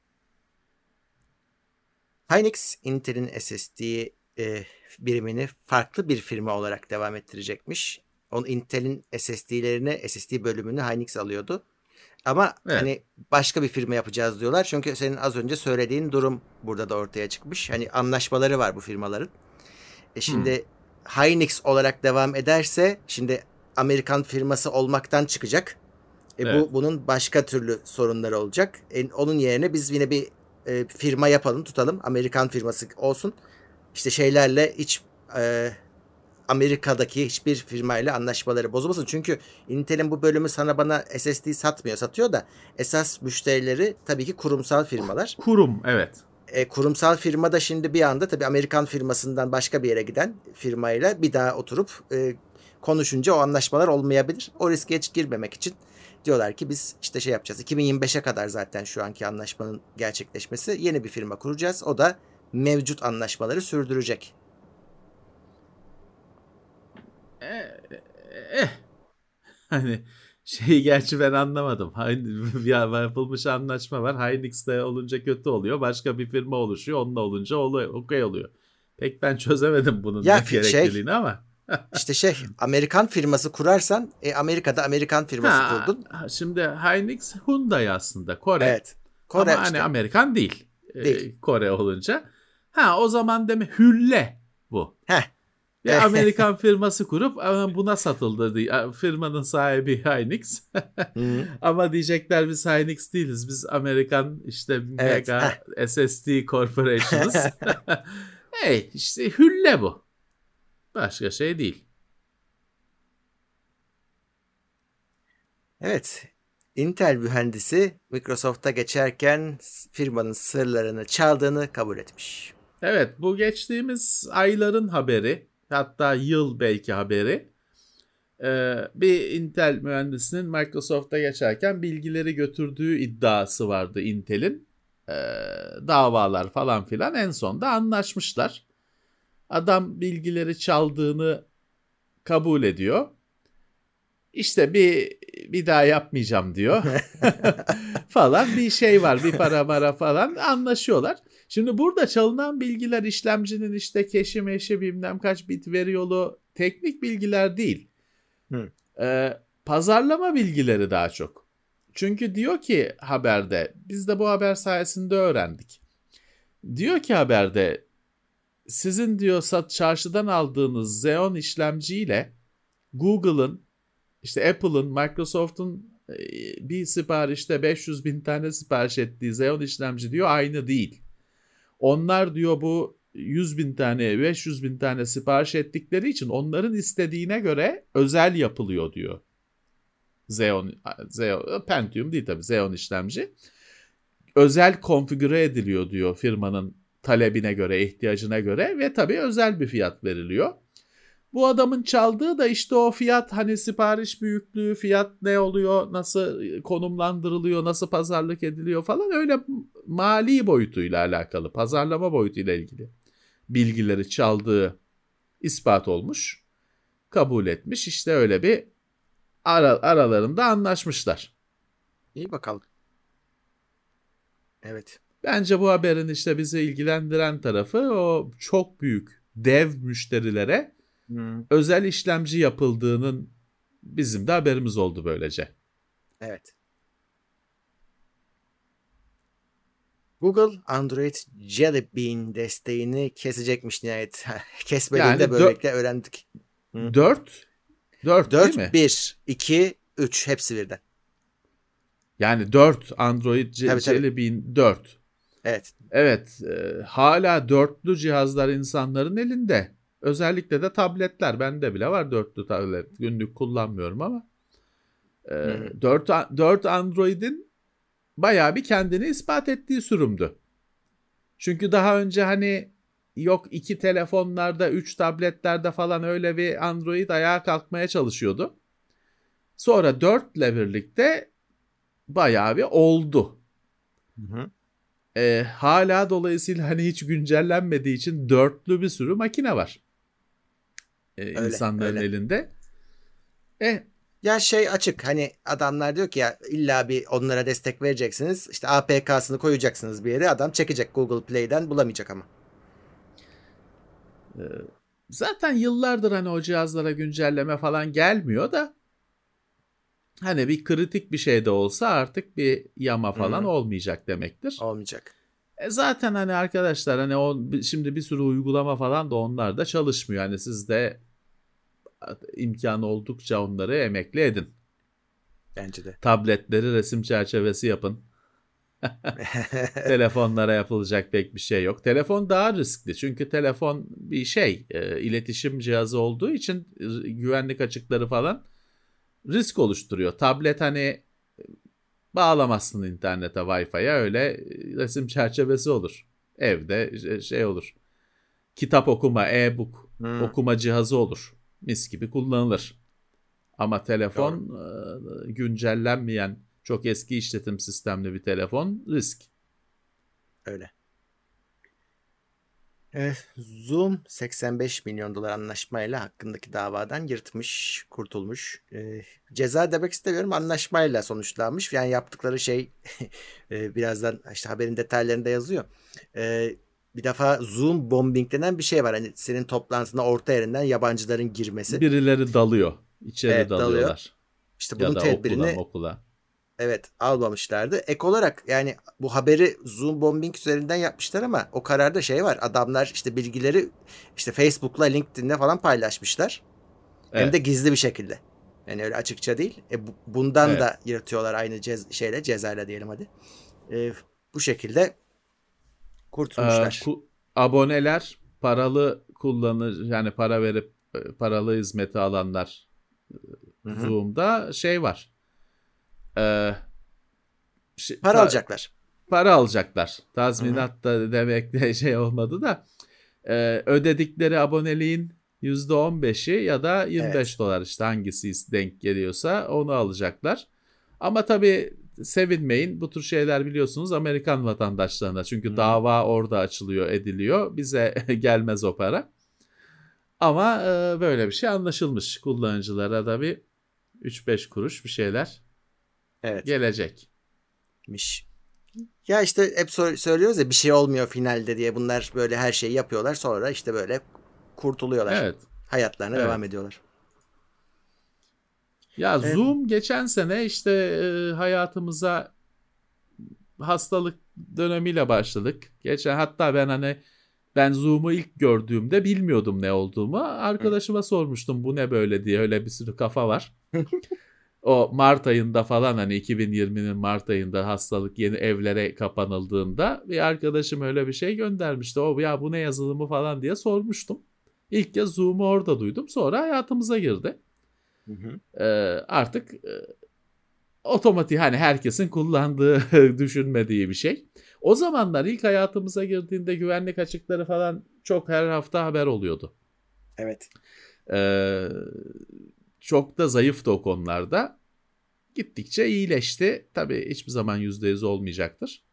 Hynix, Intel'in S S D e, birimini farklı bir firma olarak devam ettirecekmiş. Onun Intel'in S S D'lerini, S S D bölümünü Hynix alıyordu. Ama Evet. hani başka bir firma yapacağız diyorlar. Çünkü senin az önce söylediğin durum burada da ortaya çıkmış. Hani anlaşmaları var bu firmaların. E şimdi hmm. Hynix olarak devam ederse şimdi Amerikan firması olmaktan çıkacak. E Evet. bu bunun başka türlü sorunları olacak. E, onun yerine biz yine bir e, firma yapalım, tutalım. Amerikan firması olsun. İşte şeylerle hiç e, Amerika'daki hiçbir firmayla anlaşmaları bozulmasın. Çünkü Intel'in bu bölümü sana bana S S D satmıyor. Satıyor da esas müşterileri tabii ki kurumsal firmalar. Kurum, evet. E, kurumsal firma da şimdi bir anda tabii Amerikan firmasından başka bir yere giden firmayla bir daha oturup e, konuşunca o anlaşmalar olmayabilir. O riske hiç girmemek için diyorlar ki biz işte şey yapacağız. iki bin yirmi beşe kadar zaten şu anki anlaşmanın gerçekleşmesi, yeni bir firma kuracağız. O da mevcut anlaşmaları sürdürecek. Hani şeyi gerçi ben anlamadım. Bir yapılmış anlaşma var. Hynix'te olunca kötü oluyor. Başka bir firma oluşuyor. Onunla olunca okey oluyor. Pek ben çözemedim bunun Ya ne gerekliliğini şey, ama. İşte şey Amerikan firması kurarsan e, Amerika'da Amerikan firması ha, kurdun. Şimdi Hynix Hyundai aslında Kore. Evet. Kore ama işte. Hani Amerikan değil. değil. Ee, Kore olunca. Ha o zaman deme hülle bu. Heh. Bir Amerikan firması kurup buna satıldı diye. Firmanın sahibi Hynix. Ama diyecekler biz Hynix değiliz. Biz Amerikan işte evet. Mega S S D Corporation'ız. Hey işte hülle bu. Başka şey değil. Evet. Intel mühendisi Microsoft'a geçerken firmanın sırlarını çaldığını kabul etmiş. Evet, bu geçtiğimiz ayların haberi, hatta yıl belki haberi. Ee, bir Intel mühendisinin Microsoft'a geçerken bilgileri götürdüğü iddiası vardı Intel'in. Ee, davalar falan filan en sonunda anlaşmışlar. Adam bilgileri çaldığını kabul ediyor. İşte bir bir daha yapmayacağım diyor. falan bir şey var, bir para mara falan anlaşıyorlar. Şimdi burada çalınan bilgiler işlemcinin işte keşi meşi bilmem kaç bit veri yolu teknik bilgiler değil. Ee, pazarlama bilgileri daha çok. Çünkü diyor ki haberde, biz de bu haber sayesinde öğrendik. Diyor ki haberde sizin diyor sat çarşıdan aldığınız Xeon işlemciyle Google'ın, işte Apple'ın, Microsoft'un bir siparişte beş yüz bin tane sipariş ettiği Xeon işlemci diyor aynı değil. Onlar diyor bu yüz bin tane, beş yüz bin tane sipariş ettikleri için onların istediğine göre özel yapılıyor diyor. Xeon, Xeon Pentium değil tabii Xeon işlemci. Özel konfigüre ediliyor diyor firmanın talebine göre, ihtiyacına göre ve tabii özel bir fiyat veriliyor. Bu adamın çaldığı da işte o fiyat, hani sipariş büyüklüğü, fiyat ne oluyor, nasıl konumlandırılıyor, nasıl pazarlık ediliyor falan, öyle mali boyutuyla alakalı, pazarlama boyutuyla ilgili bilgileri çaldığı ispat olmuş, kabul etmiş. İşte öyle bir ara, aralarında anlaşmışlar. İyi bakalım. Evet. Bence bu haberin işte bizi ilgilendiren tarafı o çok büyük dev müşterilere Hmm. özel işlemci yapıldığının bizim de haberimiz oldu böylece. Evet. Google Android Jelly Bean desteğini kesecekmiş nihayet. Kesmediğini yani de böylelikle dö- öğrendik. dört dört değil mi? bir, iki, üç hepsi birden. Yani dört Android tabii, Jelly tabii. Bean dört. Evet. Evet. E, hala dörtlü cihazlar insanların elinde. Özellikle de tabletler. Bende bile var dörtlü tablet. Günlük kullanmıyorum ama. E, hmm. dört Android'in bayağı bir kendini ispat ettiği sürümdü. Çünkü daha önce hani yok iki telefonlarda, üç tabletlerde falan öyle bir Android ayağa kalkmaya çalışıyordu. Sonra dörtle birlikte bayağı bir oldu. Hı hı. E, hala dolayısıyla hani hiç güncellenmediği için dörtlü bir sürü makine var. E, öyle, insanların öyle. elinde. E, ya şey açık, hani adamlar diyor ki ya illa bir onlara destek vereceksiniz. İşte A P K'sını koyacaksınız bir yere, adam çekecek Google Play'den, bulamayacak ama. E, zaten yıllardır hani o cihazlara güncelleme falan gelmiyor da hani bir kritik bir şey de olsa artık bir yama falan hmm. olmayacak demektir. Olmayacak. E zaten hani arkadaşlar hani o şimdi bir sürü uygulama falan da onlar da çalışmıyor. Hani siz de imkanı oldukça onları emekli edin. Bence de. Tabletleri resim çerçevesi yapın. Telefonlara yapılacak pek bir şey yok. Telefon daha riskli. Çünkü telefon bir şey, e, iletişim cihazı olduğu için e, güvenlik açıkları falan risk oluşturuyor. Tablet hani bağlamazsın internete, Wi-Fi'ye, öyle resim çerçevesi olur. Evde şey olur. Kitap okuma, e-book hmm. okuma cihazı olur. Mis gibi kullanılır. Ama telefon Doğru. güncellenmeyen, çok eski işletim sistemli bir telefon risk. Öyle. E, Zoom seksen beş milyon dolar anlaşmayla hakkındaki davadan yırtmış, kurtulmuş. E, ceza demek istemiyorum, anlaşmayla sonuçlanmış. Yani yaptıkları şey e, birazdan işte haberin detaylarında yazıyor. E, bir defa Zoom bombing denen bir şey var. Hani senin toplantına orta yerinden yabancıların girmesi. Birileri dalıyor. İçeri Evet, dalıyor. dalıyorlar. İşte Ya bunun da okula tedbirini okula. evet almamışlardı. Ek olarak yani bu haberi Zoom bombing üzerinden yapmışlar ama o kararda şey var. Adamlar işte bilgileri işte Facebook'la LinkedIn'le falan paylaşmışlar. Hem de Evet. gizli bir şekilde. Yani öyle açıkça değil. E, bu- bundan Evet. da yırtıyorlar aynı cez şeyle cezayla diyelim hadi. E, bu şekilde Ee, kurtulmuşlar. ku- aboneler paralı kullanır yani para verip e, paralı hizmeti alanlar Hı hı. Zoom'da şey var. Ee, şey- Para ta- alacaklar. para alacaklar. Hı hı. Tazminat da demek de şey olmadı da Ee, ödedikleri aboneliğin yüzde on beşi ya da yirmi beş Evet. dolar işte hangisi denk geliyorsa onu alacaklar. Ama tabii sevinmeyin, bu tür şeyler biliyorsunuz Amerikan vatandaşlarına, çünkü Hı hı. dava orada açılıyor ediliyor, bize gelmez o para. Ama e, böyle bir şey anlaşılmış, kullanıcılara da bir üç beş kuruş bir şeyler Evet. gelecekmiş. Ya işte hep so- söylüyoruz ya bir şey olmuyor finalde diye, bunlar böyle her şeyi yapıyorlar sonra işte böyle kurtuluyorlar. Evet, Hayatlarına evet. devam ediyorlar. Ya E, Zoom geçen sene işte e, hayatımıza hastalık dönemiyle başladık. Geçen hatta ben hani ben Zoom'u ilk gördüğümde bilmiyordum ne olduğumu. Arkadaşıma sormuştum bu ne böyle diye, öyle bir sürü kafa var. O Mart ayında falan, hani iki bin yirminin Mart ayında hastalık yeni evlere kapanıldığında bir arkadaşım öyle bir şey göndermişti. O ya bu ne yazılımı falan diye sormuştum. İlk kez Zoom'u orada duydum. Sonra hayatımıza girdi. Hı hı. Ee, artık e, otomatik, hani herkesin kullandığı düşünmediği bir şey. O zamanlar ilk hayatımıza girdiğinde güvenlik açıkları falan çok her hafta haber oluyordu. Evet. Ee, çok da zayıftı o konularda. Gittikçe iyileşti. Tabii hiçbir zaman yüzde yüz olmayacaktır.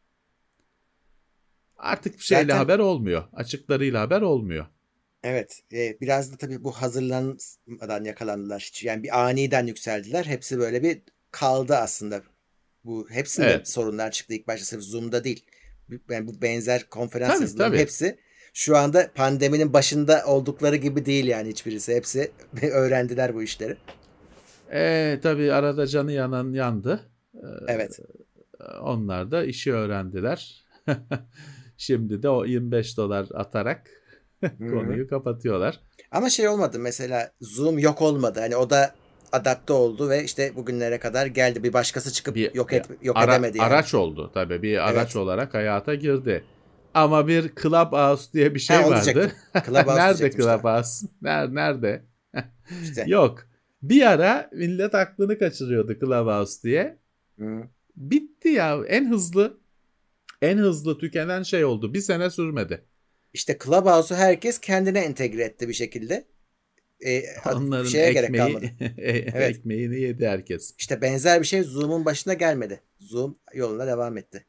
Artık bir şeyle Zaten haber olmuyor. Açıklarıyla haber olmuyor. evet, e, biraz da tabii bu hazırlanmadan yakalandılar. Hiç, yani bir aniden yükseldiler. Hepsi böyle bir kaldı aslında. Bu hepsinde Evet. sorunlar çıktı ilk başta, sırf Zoom'da değil. Yani bu benzer konferans Tabii yazılımı tabii. hepsi şu anda pandeminin başında oldukları gibi değil yani hiçbirisi. Hepsi öğrendiler bu işleri. Ee, tabii arada canı yanan yandı. Ee, Evet. onlar da işi öğrendiler. Şimdi de o yirmi beş dolar atarak Hı hı. konuyu kapatıyorlar. Ama şey olmadı mesela, Zoom yok olmadı. Hani o da adapte oldu ve işte bugünlere kadar geldi. Bir başkası çıkıp Bir, yok bir et yok ara, edemedi yani. araç oldu tabii, bir araç Evet. olarak hayata girdi. Ama bir Clubhouse diye bir Ha, şey onu vardı. diyecektim. Clubhouse Nerede diyecektim işte. Clubhouse? Nerede? Nerede? İşte. Yok. Bir ara millet aklını kaçırıyordu Clubhouse diye. Hı. Bitti ya. En hızlı en hızlı tükenen şey oldu. Bir sene sürmedi. İşte Clubhouse'u herkes kendine entegre etti bir şekilde. E, Onların şeye gerek kalmadı. ekmeği Evet. ekmeğini yedi herkes. İşte benzer bir şey Zoom'un başına gelmedi. Zoom yoluna devam etti.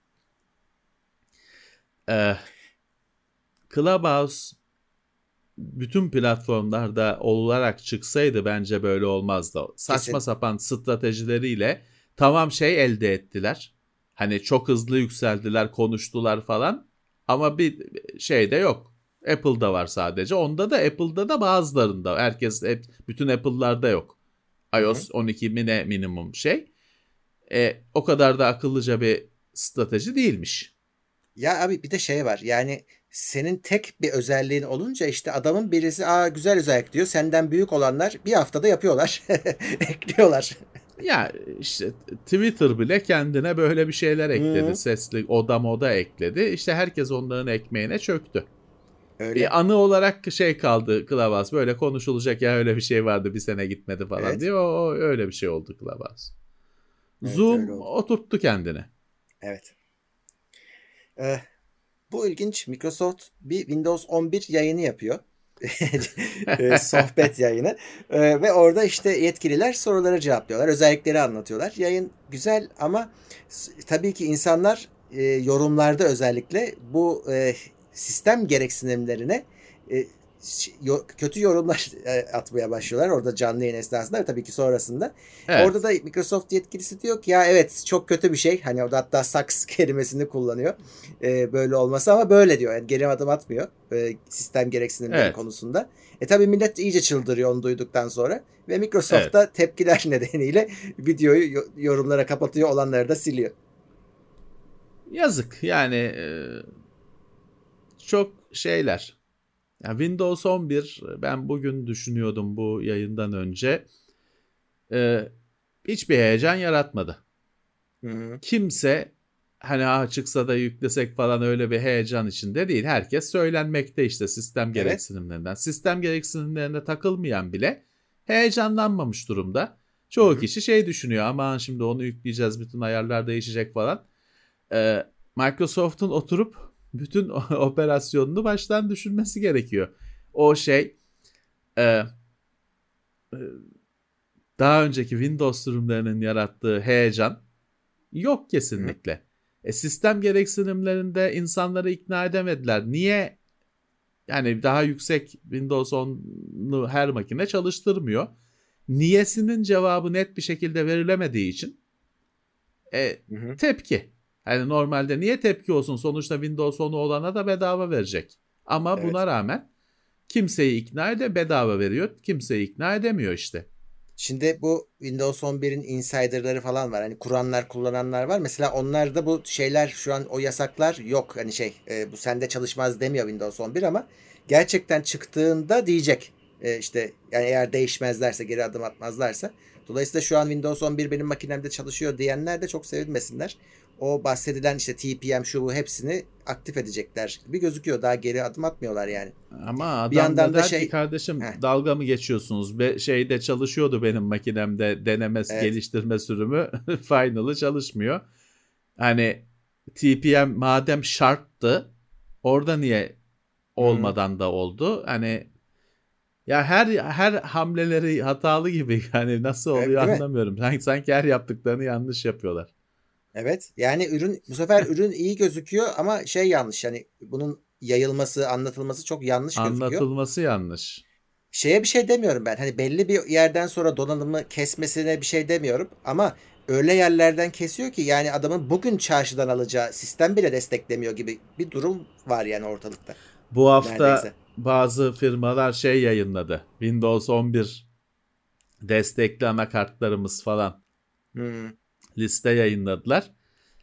Ee, Clubhouse bütün platformlarda olarak çıksaydı bence böyle olmazdı. Saçma Kesin. sapan stratejileriyle tamam şey elde ettiler. Hani çok hızlı yükseldiler, konuştular falan. Ama bir şey de yok. Apple'da var sadece. Onda da Apple'da da bazılarında. Herkes hep, bütün Apple'larda yok. Hı hı. iOS on iki mi ne minimum şey. E, o kadar da akıllıca bir strateji değilmiş. Ya abi bir de şey var. Yani senin tek bir özelliğin olunca işte adamın birisi aa güzel özellik diyor. Senden büyük olanlar bir haftada yapıyorlar. Ekliyorlar. Ya işte Twitter bile kendine böyle bir şeyler ekledi. Hı. Sesli oda moda ekledi. İşte herkes onların ekmeğine çöktü. Öyle. Bir anı olarak şey kaldı Clubhouse. Böyle konuşulacak, ya öyle bir şey vardı bir sene gitmedi falan Evet. diye. O, o öyle bir şey oldu Clubhouse. Evet, Zoom öyle oldu. oturttu kendini. Evet. Ee, bu ilginç. Microsoft bir Windows on bir yayını yapıyor. e, sohbet yayını. E, ve orada işte yetkililer soruları cevaplıyorlar. Özellikleri anlatıyorlar. Yayın güzel ama s- tabii ki insanlar e, yorumlarda özellikle bu e, sistem gereksinimlerine e, yo, kötü yorumlar e, atmaya başlıyorlar orada canlı yayın esnasında ve tabii ki sonrasında. Evet. Orada da Microsoft yetkilisi diyor ki ya evet çok kötü bir şey. Hani orada hatta sucks kelimesini kullanıyor. E, böyle olması ama böyle diyor. Yani geri adım atmıyor e, sistem gereksinimleri Evet. konusunda. E tabii millet iyice çıldırıyor onu duyduktan sonra ve Microsoft da tepkiler nedeniyle videoyu yo- yorumlara kapatıyor, olanları da siliyor. Yazık yani e, çok şeyler. Yani Windows on bir ben bugün düşünüyordum bu yayından önce e, hiçbir heyecan yaratmadı. Hı-hı. Kimse hani ha çıksa da yüklesek falan öyle bir heyecan içinde değil. Herkes söylenmekte işte sistem Evet. gereksinimlerinden. Sistem gereksinimlerine takılmayan bile heyecanlanmamış durumda. Çoğu Hı-hı. kişi şey düşünüyor aman şimdi onu yükleyeceğiz bütün ayarlar değişecek falan. Ee, Microsoft'un oturup bütün operasyonunu baştan düşünmesi gerekiyor. O şey e, e, daha önceki Windows sürümlerinin yarattığı heyecan yok kesinlikle. Hı. E, sistem gereksinimlerinde insanları ikna edemediler. Niye? Yani daha yüksek Windows on'u her makine çalıştırmıyor. Niyesinin cevabı net bir şekilde verilemediği için e, tepki. Yani normalde niye tepki olsun? Sonuçta Windows on'u olana da bedava verecek. Ama Evet. buna rağmen kimseyi ikna ede bedava veriyor. Kimseyi ikna edemiyor işte. Şimdi bu Windows on birin insider'ları falan var. Hani kuranlar, kullananlar var. Mesela onlarda bu şeyler şu an o yasaklar yok. Hani şey e, bu sende çalışmaz demiyor Windows on bir ama gerçekten çıktığında diyecek. E, işte yani eğer değişmezlerse, geri adım atmazlarsa. Dolayısıyla şu an Windows on bir benim makinemde çalışıyor diyenler de çok sevinmesinler. O bahsedilen işte T P M şu bu hepsini aktif edecekler gibi gözüküyor. Daha geri adım atmıyorlar yani. Ama adam Bir yandan da da der şey ki kardeşim Heh. dalga mı geçiyorsunuz? Be şeyde çalışıyordu benim makinemde deneme Evet. geliştirme sürümü final'ı çalışmıyor. Hani T P M madem şarttı orada niye olmadan da oldu? Hani ya her her hamleleri hatalı gibi yani nasıl Evet, oluyor değil mi? anlamıyorum. Sanki, sanki her yaptıklarını yanlış yapıyorlar. Evet. Yani ürün bu sefer ürün iyi gözüküyor ama şey yanlış. Yani bunun yayılması, anlatılması çok yanlış gözüküyor. Anlatılması yanlış. Şeye bir şey demiyorum ben. Hani belli bir yerden sonra donanımı kesmesine bir şey demiyorum ama öyle yerlerden kesiyor ki yani adamın bugün çarşıdan alacağı sistem bile desteklemiyor gibi bir durum var yani ortalıkta. Bu hafta Neredeyse. bazı firmalar şey yayınladı. Windows on bir destekli anakartlarımız falan Hmm, liste yayınladılar.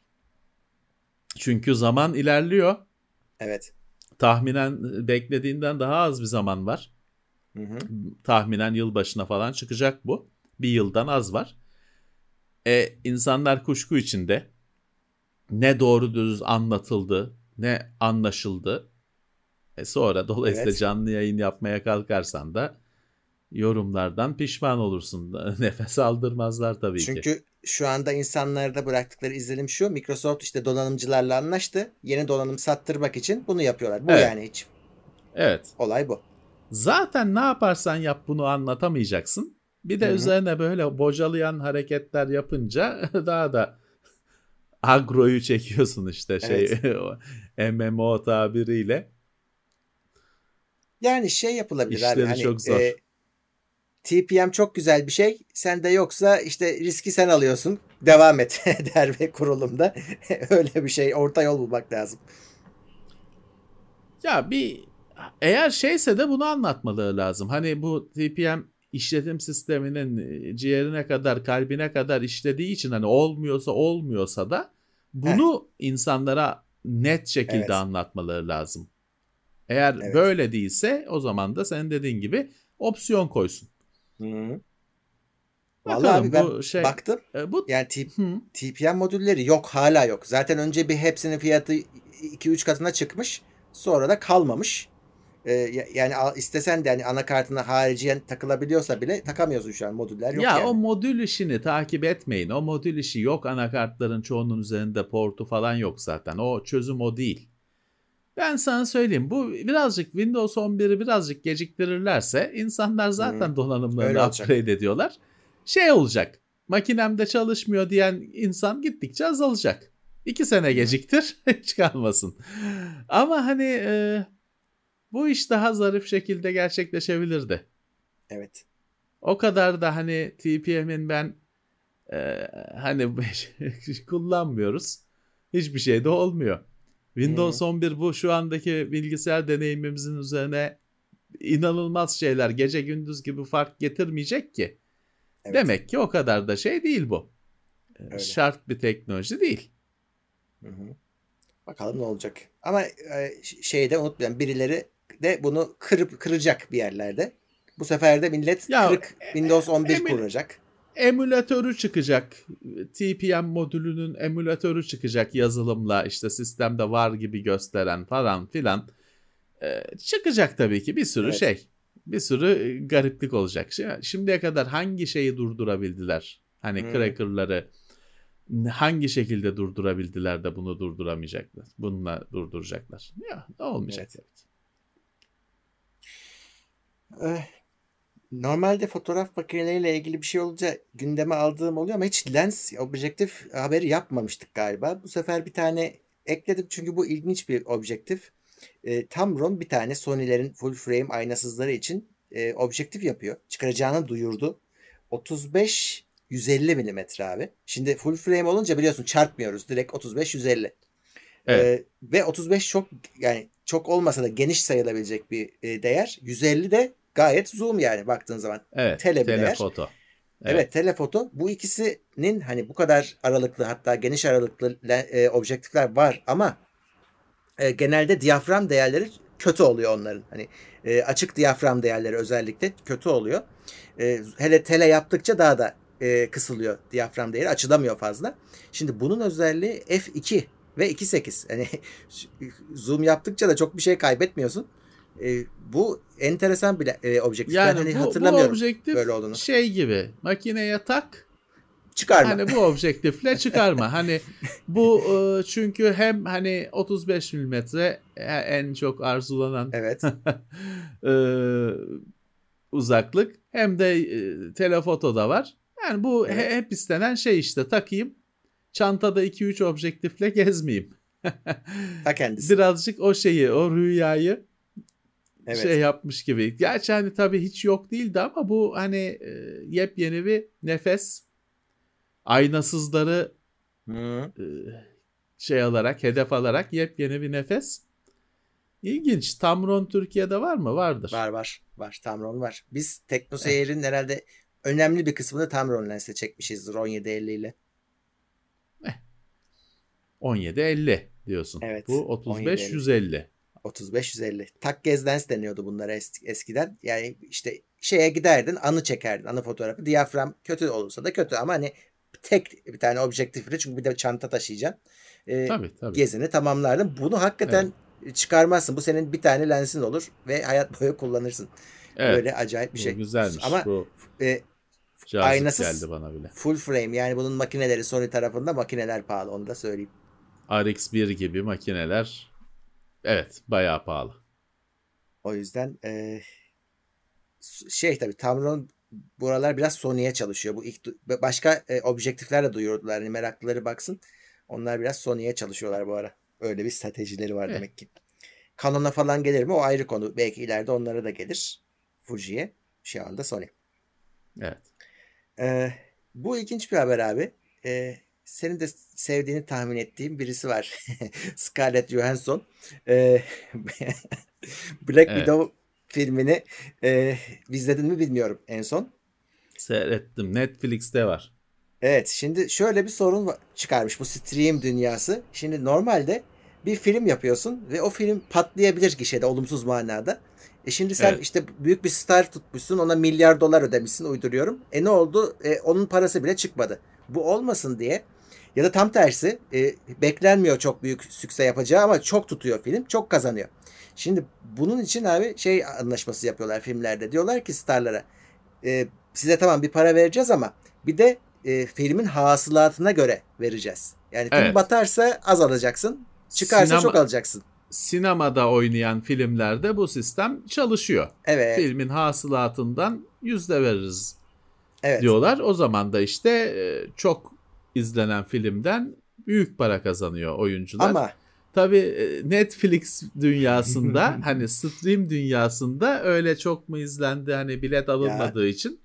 Çünkü zaman ilerliyor. evet. Tahminen beklediğinden daha az bir zaman var. Hı hı. Tahminen yılbaşına falan çıkacak bu. Bir yıldan az var. E, insanlar kuşku içinde. Ne doğru düz anlatıldı, ne anlaşıldı. E sonra dolayısıyla Evet. canlı yayın yapmaya kalkarsan da yorumlardan pişman olursun. Nefes aldırmazlar tabii ki. Çünkü şu anda insanlarda bıraktıkları izlenim şu. Microsoft işte donanımcılarla anlaştı. Yeni donanım sattırmak için bunu yapıyorlar. Bu Evet. yani hiç. Evet. Olay bu. Zaten ne yaparsan yap bunu anlatamayacaksın. Bir de Hı hı. üzerine böyle bocalayan hareketler yapınca daha da agroyu çekiyorsun işte şey Evet. M M O tabiriyle. Yani şey yapılabilir abi İşleri hani çok e, zor. T P M çok güzel bir şey. Sende yoksa işte riski sen alıyorsun. Devam et der ve kurulumda. Öyle bir şey. Orta yol bulmak lazım. Ya bir eğer şeyse de bunu anlatmaları lazım. Hani bu T P M işletim sisteminin ciğerine kadar, kalbine kadar işlediği için hani olmuyorsa olmuyorsa da Heh, bunu insanlara net şekilde evet. anlatmaları lazım. Eğer Evet. böyle değilse o zaman da senin dediğin gibi opsiyon koysun. Hı-hı. Vallahi abi Bakalım ben bu şey baktım. e, bu Yani T- hı, TPM modülleri yok, hala yok. Zaten önce bir hepsinin fiyatı iki üç katına çıkmış. Sonra da kalmamış. Ee, ya- yani al- istesen de yani anakartına hariciyen takılabiliyorsa bile takamıyorsun şu an. Modüller yok ya o yani. modül işini takip etmeyin. O modül işi yok, anakartların çoğunun üzerinde portu falan yok zaten. O çözüm o değil. Ben sana söyleyeyim bu birazcık Windows on biri birazcık geciktirirlerse insanlar Hı-hı. zaten donanımlarını Öyle olacak. upgrade ediyorlar. Şey olacak, makinemde çalışmıyor diyen insan gittikçe azalacak. İki sene geciktir hiç kalmasın. Ama hani e, bu iş daha zarif şekilde gerçekleşebilirdi. Evet. O kadar da hani T P M'in ben e, hani kullanmıyoruz. Hiçbir şey de olmuyor. Windows on bir bu şu andaki bilgisayar deneyimimizin üzerine inanılmaz şeyler, gece gündüz gibi fark getirmeyecek ki. Evet. Demek ki o kadar da şey değil bu. Öyle. Şart bir teknoloji değil. Hı hı. Bakalım ne olacak. Ama e, şeyde unutmayalım, birileri de bunu kırıp kıracak bir yerlerde. Bu sefer de millet ya, kırık Windows on bir emül- kuracak. Emülatörü çıkacak. T P M modülünün emülatörü çıkacak yazılımla, işte sistemde var gibi gösteren falan filan. Ee, çıkacak tabii ki bir sürü evet. şey. Bir sürü gariplik olacak. Şimdiye kadar hangi şeyi durdurabildiler? Hani hmm. cracker'ları hangi şekilde durdurabildiler de bunu durduramayacaklar? Bununla durduracaklar. Ya olmayacak evet. tabii. Ee, normalde fotoğraf makineleriyle ilgili bir şey olunca gündeme aldığım oluyor ama hiç lens objektif haberi yapmamıştık galiba. Bu sefer bir tane ekledim çünkü bu ilginç bir objektif. E, Tamron bir tane Sony'lerin full frame aynasızları için e, objektif yapıyor. Çıkaracağını duyurdu. otuz beş yüz elli milimetre abi. Şimdi full frame olunca biliyorsun çarpmıyoruz. Direkt otuz beş yüz elli. Evet. E, ve otuz beş çok, yani çok olmasa da geniş sayılabilecek bir e, değer. yüz elli de gayet zoom yani baktığın zaman. Evet. Tele telefoto. Evet. evet telefoto. Bu ikisinin hani bu kadar aralıklı, hatta geniş aralıklı e, objektifler var ama e, genelde diyafram değerleri kötü oluyor onların. Hani e, açık diyafram değerleri özellikle kötü oluyor. E, hele tele yaptıkça daha da e, kısılıyor diyafram değeri, açılamıyor fazla. Şimdi bunun özelliği F iki ve iki nokta sekiz. Hani zoom yaptıkça da çok bir şey kaybetmiyorsun. E, bu enteresan bir e, objektif. Yani ben hani bu, hatırlamıyorum bu objektif böyle olduğunu. Şey gibi, makineye tak. Çıkarma. Hani bu objektifle çıkarma. Hani bu çünkü hem hani otuz beş milimetre en çok arzulanan evet. uzaklık, hem de telefoto da var. Yani bu evet. hep istenen şey, işte takayım. Çantada iki üç objektifle gezmeyeyim. Ta kendisi. Birazcık o şeyi, o rüyayı evet. şey yapmış gibi. Gerçi hani tabii hiç yok değildi ama bu hani yepyeni bir nefes. Aynasızları Hı. şey alarak, hedef alarak yepyeni bir nefes. İlginç. Tamron Türkiye'de var mı? Vardır. Var var. Var. Tamron var. Biz TeknoSeyir'in evet. herhalde önemli bir kısmını Tamron lensle çekmişizdir on yedi elli ile. Eh. on yedi elli diyorsun. Evet. Bu otuz beş yüz elli. otuz beş yüz elli. Takkez lens deniyordu bunlara es- eskiden. Yani işte şeye giderdin, anı çekerdin. Anı fotoğrafı. Diyafram kötü olursa da kötü ama hani tek bir tane objektifle, çünkü bir de çanta taşıyacaksın. Ee, tabii, tabii. Gezini tamamlardın. Bunu hakikaten evet. çıkarmazsın. Bu senin bir tane lensin olur ve hayat boyu kullanırsın. Evet. Böyle acayip bir şey. Bu güzelmiş. Ama bu e, aynasız geldi bana bile. Full frame, yani bunun makineleri Sony tarafında makineler pahalı, onu da söyleyeyim. R X bir gibi makineler evet bayağı pahalı. O yüzden e, şey tabii Tamron buralar biraz Sony'ye çalışıyor. Bu ilk başka e, objektiflerle duyurdular. Yani meraklıları baksın. Onlar biraz Sony'ye çalışıyorlar bu ara. Öyle bir stratejileri var evet. demek ki. Canon'a falan gelir mi? O ayrı konu. Belki ileride onlara da gelir. Fuji'ye. Şu anda Sony. Evet. Ee, bu ilginç bir haber abi. Ee, senin de sevdiğini tahmin ettiğim birisi var. Scarlett Johansson. Ee, Black evet. Widow filmini e, izledin mi bilmiyorum en son. Seyrettim. Netflix'te var. Evet. Şimdi şöyle bir sorun çıkarmış bu stream dünyası. Şimdi normalde bir film yapıyorsun ve o film patlayabilir gişede olumsuz manada. E şimdi sen evet. işte büyük bir star tutmuşsun, ona milyar dolar ödemişsin, uyduruyorum. E ne oldu? E, onun parası bile çıkmadı. Bu olmasın diye, ya da tam tersi e, beklenmiyor çok büyük sükse yapacağı ama çok tutuyor film, çok kazanıyor. Şimdi bunun için abi şey anlaşması yapıyorlar filmlerde. Diyorlar ki starlara e, size tamam bir para vereceğiz ama bir de e, filmin hasılatına göre vereceğiz. Yani film evet. batarsa az alacaksın, çıkarsa Sinema, çok alacaksın. Sinemada oynayan filmlerde bu sistem çalışıyor. Evet. Filmin hasılatından yüzde veririz evet. diyorlar. O zaman da işte çok izlenen filmden büyük para kazanıyor oyuncular. Ama tabii Netflix dünyasında hani stream dünyasında öyle çok mu izlendi hani bilet alınmadığı ya. için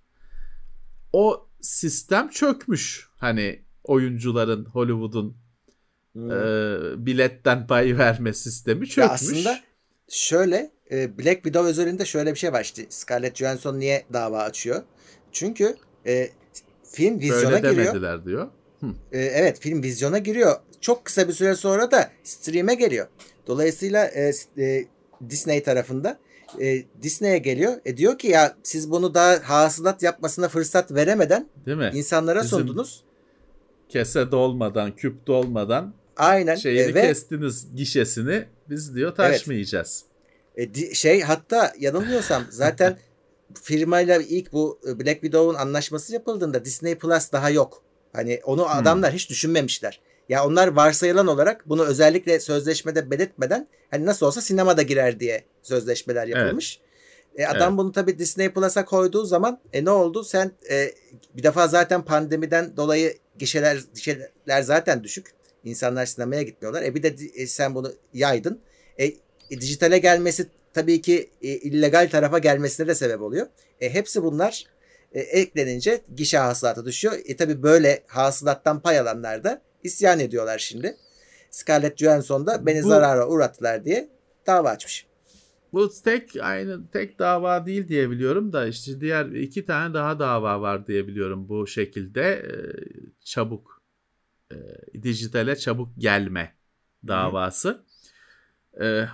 o sistem çökmüş. Hani oyuncuların Hollywood'un hmm. e, biletten pay verme sistemi çökmüş. Ya aslında şöyle Black Widow üzerinde şöyle bir şey var işte Scarlett Johansson niye dava açıyor? Çünkü e, film vizyona Böyle giriyor. demediler diyor. E, evet film vizyona giriyor. Çok kısa bir süre sonra da stream'e geliyor. Dolayısıyla e, e, Disney tarafında e, Disney'e geliyor. E, diyor ki ya siz bunu daha hasılat yapmasına fırsat veremeden değil mi? insanlara Bizim sundunuz. Kese dolmadan, küp dolmadan aynen şeyini e, ve, kestiniz gişesini biz diyor taşmayacağız. Evet. E, di, şey hatta yanılmıyorsam zaten firmayla ilk bu Black Widow'un anlaşması yapıldığında Disney Plus daha yok. Hani onu adamlar hmm. hiç düşünmemişler. Ya onlar varsayılan olarak bunu özellikle sözleşmede belirtmeden hani nasıl olsa sinemada girer diye sözleşmeler yapılmış. Evet. E adam evet. bunu tabii Disney Plus'a koyduğu zaman e ne oldu? Sen e, bir defa zaten pandemiden dolayı gişeler gişeler zaten düşük. İnsanlar sinemaya gitmiyorlar. E bir de e, sen bunu yaydın. E, e dijitale gelmesi tabii ki e, illegal tarafa gelmesine de sebep oluyor. E hepsi bunlar e, eklenince gişe hasılatı düşüyor. E tabii böyle hasılattan pay alanlar da isyan ediyorlar şimdi. Scarlett Johansson da beni bu, zarara uğrattılar diye dava açmış. Bu tek aynı tek dava değil diye biliyorum da işte diğer iki tane daha dava var diye biliyorum bu şekilde e, çabuk e, dijitale çabuk gelme davası. E,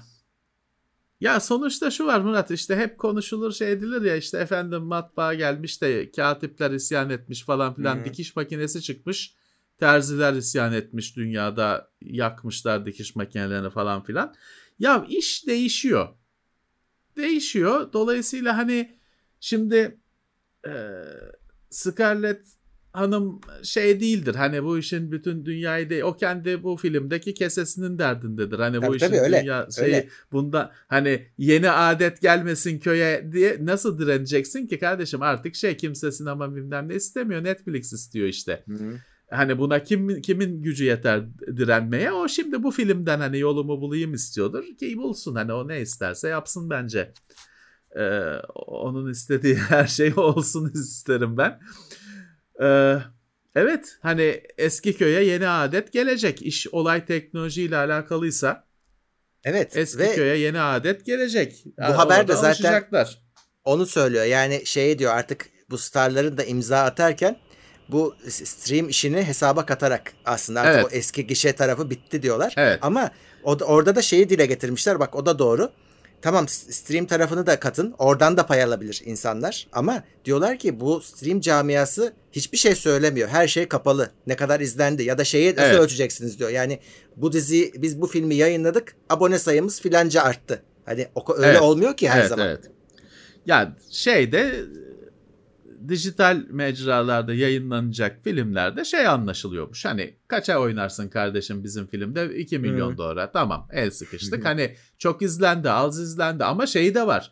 ya sonuçta şu var Murat işte hep konuşulur şey edilir ya işte efendim matbaa gelmiş de katipler isyan etmiş falan filan Hı-hı. dikiş makinesi çıkmış. Terziler isyan etmiş dünyada yakmışlar dikiş makinelerini falan filan. Ya iş değişiyor. Değişiyor. Dolayısıyla hani şimdi e, Scarlett Hanım şey değildir. Hani bu işin bütün dünyayı değil. O kendi bu filmdeki kesesinin derdindedir. Hani tabii, bu işin tabii, öyle, dünya şeyi öyle. bunda hani yeni adet gelmesin köye diye nasıl direneceksin ki kardeşim artık şey kimse sinema bilmem ne istemiyor. Netflix istiyor işte. Hı-hı. Hani buna kim kimin gücü yeter direnmeye? O şimdi bu filmden hani yolumu bulayım istiyordur ki bulsun hani o ne isterse yapsın bence. Ee, onun istediği her şey olsun isterim ben. Ee, evet hani eski köye yeni adet gelecek. İş olay teknolojiyle alakalıysa. Evet. Eski ve köye yeni adet gelecek. Bu yani haber de zaten onu söylüyor. Yani şey diyor artık bu starların da imza atarken bu stream işini hesaba katarak aslında artık evet. o eski gişe tarafı bitti diyorlar. Evet. Ama o, orada da şeyi dile getirmişler. Bak o da doğru. Tamam stream tarafını da katın. Oradan da pay alabilir insanlar. Ama diyorlar ki bu stream camiası hiçbir şey söylemiyor. Her şey kapalı. Ne kadar izlendi ya da şeyi nasıl evet. ölçeceksiniz diyor. Yani bu dizi biz bu filmi yayınladık. Abone sayımız filanca arttı. Hani öyle evet. olmuyor ki her evet, zaman. Evet. Ya şeyde dijital mecralarda yayınlanacak filmlerde şey anlaşılıyormuş. Hani kaça oynarsın kardeşim bizim filmde? iki milyon hmm. dolara. Tamam el sıkıştık. hani çok izlendi, az izlendi ama şey de var.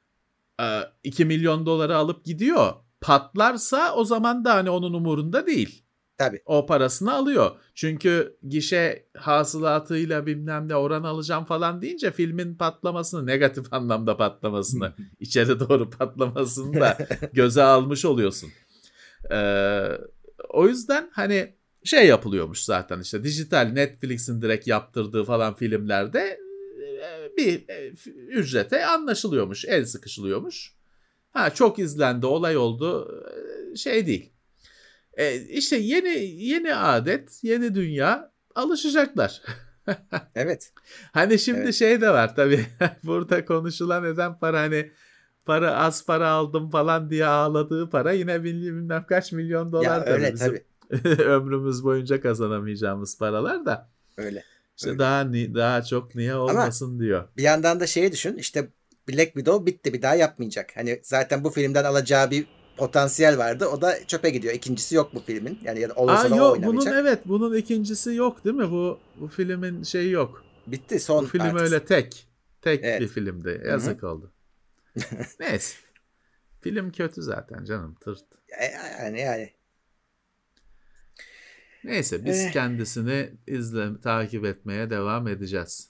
iki milyon doları alıp gidiyor. Patlarsa o zaman da hani onun umurunda değil. Tabii. O parasını alıyor. Çünkü gişe hasılatıyla bilmem ne oran alacağım falan deyince filmin patlamasını, negatif anlamda patlamasını, içeri doğru patlamasını da göze almış oluyorsun. Ee, o yüzden hani şey yapılıyormuş zaten işte dijital Netflix'in direkt yaptırdığı falan filmlerde bir ücrete anlaşılıyormuş, el sıkışılıyormuş. Ha çok izlendi, olay oldu şey değil. E işte yeni yeni adet, yeni dünya alışacaklar. Evet. Hani şimdi evet. şey de var tabii. Burada konuşulan neden para hani para az para aldım falan diye ağladığı para yine bilmem kaç milyon dolar da öyle, bizim ömrümüz boyunca kazanamayacağımız paralar da. Öyle. İşte öyle. daha daha çok niye olmasın Ama diyor. Bir yandan da şeyi düşün. İşte Black Widow bitti, bir daha yapmayacak. Hani zaten bu filmden alacağı bir potansiyel vardı. O da çöpe gidiyor. İkincisi yok bu filmin. Yani ya da olursa Aa, da yok, o oynamayacak. Bunun evet bunun ikincisi yok değil mi? Bu bu filmin şeyi yok. Bitti son. Bu film artık. öyle tek. Tek evet. bir filmdi. Yazık Hı-hı. oldu. Neyse. Film kötü zaten canım. Tırt. Yani yani. Neyse biz Eh. kendisini izle, takip etmeye devam edeceğiz.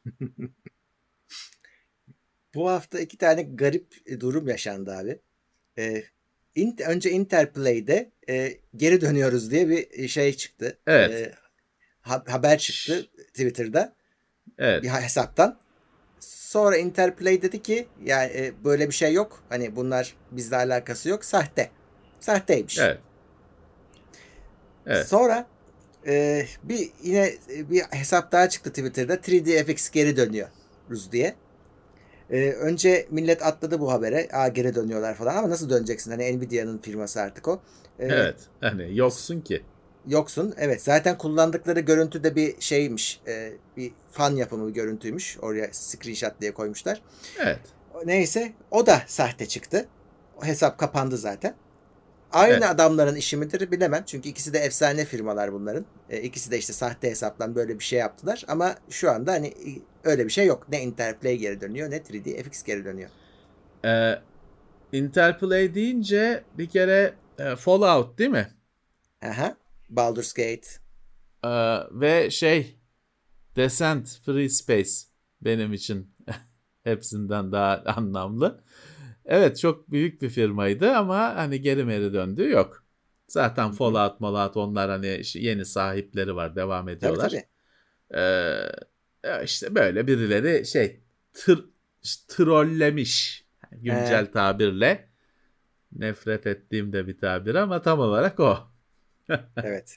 Bu hafta iki tane garip e, durum yaşandı abi. Ee, int- önce Interplay'de e, geri dönüyoruz diye bir şey çıktı. Evet. Ee, ha- haber çıktı Twitter'da Evet. bir hesaptan. Sonra Interplay dedi ki yani e, böyle bir şey yok. Hani bunlar bizle alakası yok. Sahte. Sahteymiş. Evet. Evet. Sonra e, bir yine e, bir hesap daha çıktı Twitter'da. üç D F X geri dönüyoruz diye. E, önce millet atladı bu habere. Aa geri dönüyorlar falan ama nasıl döneceksin? Hani Nvidia'nın firması artık o. E, Evet. Hani yoksun ki. Yoksun. Evet. Zaten kullandıkları görüntü de bir şeymiş. E, bir fan yapımı bir görüntüymüş. Oraya screenshot diye koymuşlar. Evet. Neyse. O da sahte çıktı. O hesap kapandı zaten. Aynı Evet. adamların işi midir bilemem. Çünkü ikisi de efsane firmalar bunların. E, ikisi de işte sahte hesaptan böyle bir şey yaptılar. Ama şu anda hani öyle bir şey yok. Ne Interplay geri dönüyor ne üç D F X geri dönüyor. Ee, Interplay deyince bir kere e, Fallout değil mi? Aha. Baldur's Gate. Ee, ve şey Descent Free Space benim için hepsinden daha anlamlı. Evet çok büyük bir firmaydı ama hani geri meri döndüğü yok. Zaten Fallout, Fallout onlar hani yeni sahipleri var devam ediyorlar. Tabii tabii. Ee, işte böyle birileri şey tır, trollemiş güncel Ee, tabirle. Nefret ettiğim de bir tabir ama tam olarak o. evet.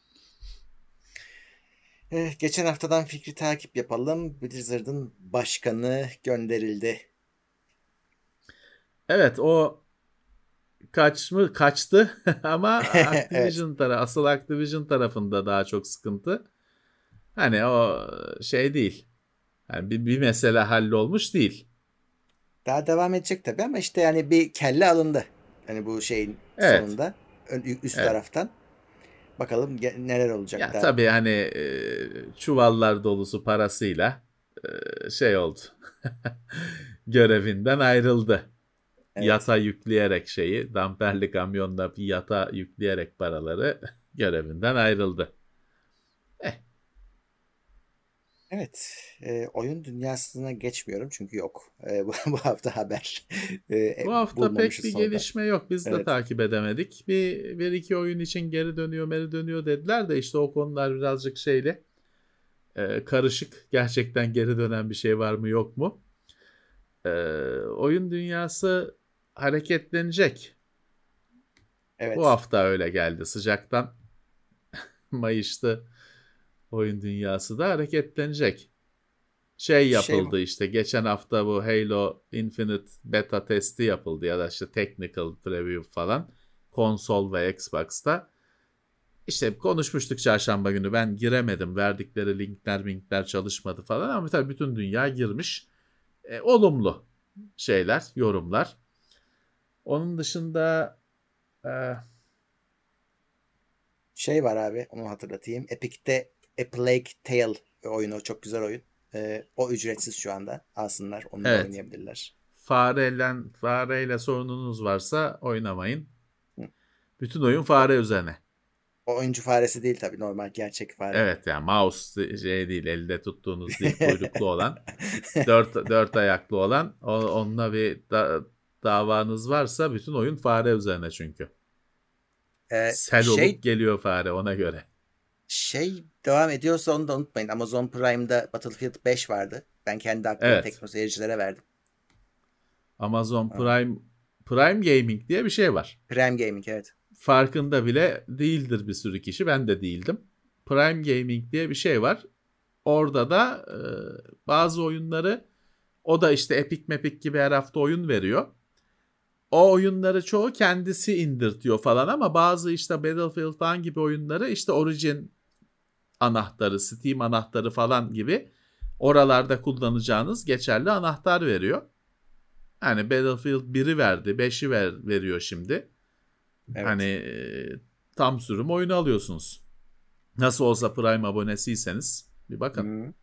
Eh, geçen haftadan fikri takip yapalım. Blizzard'ın başkanı gönderildi. Evet o kaç mı kaçtı ama Evet. Activision tarafı asıl Activision tarafında daha çok sıkıntı. Hani o şey değil. Yani bir, bir mesele hallolmuş değil. Daha devam edecek tabii ama işte yani bir kelle alındı. Hani bu şeyin Evet. sonunda ön- üst Evet. taraftan. Bakalım ge- neler olacak Ya daha. tabii hani e, çuvallar dolusu parasıyla e, şey oldu. Görevinden ayrıldı. Evet. Yata yükleyerek şeyi, damperli kamyonla bir yata yükleyerek paraları görevinden ayrıldı. Eh, Evet. E, oyun dünyasına geçmiyorum çünkü yok. E, bu, bu hafta haber e, bu hafta pek bulmamışız bir sonunda. gelişme yok. Biz de Evet. takip edemedik. Bir, bir iki oyun için geri dönüyor, meri dönüyor dediler de işte o konular birazcık şeyle e, karışık. Gerçekten geri dönen bir şey var mı yok mu? E, oyun dünyası hareketlenecek. Bu Evet. hafta öyle geldi. Sıcaktan mayıştı. Oyun dünyası da hareketlenecek. Şey Şey yapıldı işte geçen hafta bu Halo Infinite beta testi yapıldı ya da işte technical preview falan konsol ve Xbox'ta. İşte konuşmuştuk çarşamba günü ben giremedim verdikleri linkler linkler çalışmadı falan ama tabii bütün dünya girmiş. E, olumlu şeyler yorumlar. Onun dışında e, şey var abi onu hatırlatayım. Epic'te A Plague Tale oyunu çok güzel oyun. E, o ücretsiz şu anda. Alsınlar onu da evet oynayabilirler. fareyle, fareyle sorununuz varsa oynamayın. Hı. Bütün oyun fare üzerine. O oyuncu faresi değil tabii normal gerçek fare. Evet yani mouse şey değil elde tuttuğunuz değil kuyruklu olan dört, dört ayaklı olan o, onunla bir da, davanız varsa bütün oyun fare üzerine çünkü. E, Sel şey olup geliyor fare ona göre. Şey devam ediyorsa onu da unutmayın. Amazon Prime'da Battlefield beş vardı. Ben kendi hakkımı Evet tekno seyircilere verdim. Amazon Ha. Prime Prime Gaming diye bir şey var. Prime Gaming evet. Farkında bile değildir bir sürü kişi ben de değildim. Prime Gaming diye bir şey var. Orada da e, bazı oyunları o da işte Epic Mepic gibi her hafta oyun veriyor. O oyunları çoğu kendisi indirtiyor falan ama bazı işte Battlefield falan gibi oyunları işte Origin anahtarı, Steam anahtarı falan gibi oralarda kullanacağınız geçerli anahtar veriyor. Yani Battlefield biri verdi, beşi ver, veriyor şimdi. Evet. Hani e, tam sürüm oyunu alıyorsunuz. Nasıl olsa Prime abonesiyseniz bir bakın. Hmm.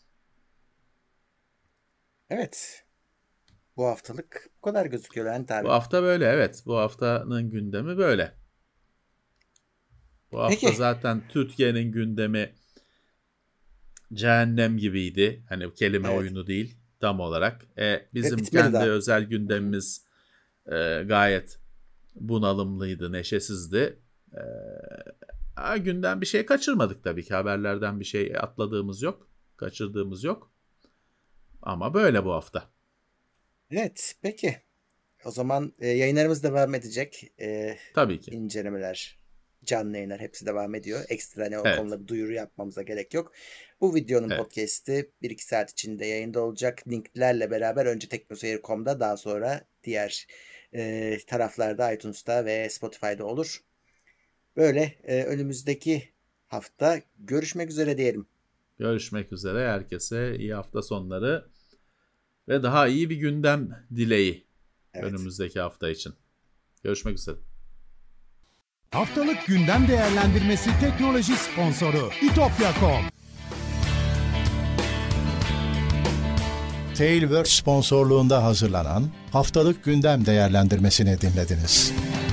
Evet. Bu haftalık bu kadar gözüküyor Levent abi. Bu hafta böyle evet. Bu haftanın gündemi böyle. Bu hafta Peki. zaten Türkiye'nin gündemi cehennem gibiydi. Hani kelime Evet. oyunu değil tam olarak. E, bizim bitmedi kendi daha. özel gündemimiz e, gayet bunalımlıydı, neşesizdi. E, ha, günden bir şey kaçırmadık tabii ki. Haberlerden bir şey atladığımız yok, kaçırdığımız yok. Ama böyle bu hafta. Evet, peki. O zaman e, yayınlarımız devam edecek. E, Tabii ki. incelemeler, canlı yayınlar hepsi devam ediyor. Ekstra hani o Evet. konuda bir duyuru yapmamıza gerek yok. Bu videonun Evet. podcast'i bir iki saat içinde yayında olacak. Linklerle beraber önce teknoseyir nokta com'da, daha sonra diğer e, taraflarda iTunes'ta ve Spotify'da olur. Böyle e, önümüzdeki hafta görüşmek üzere diyelim. Görüşmek üzere. Herkese iyi hafta sonları ve daha iyi bir gündem dileği Evet. önümüzdeki hafta için. Görüşmek üzere. Haftalık gündem değerlendirmesi teknoloji sponsoru itopya nokta com. Tailwords sponsorluğunda hazırlanan Haftalık Gündem Değerlendirmesini dinlediniz.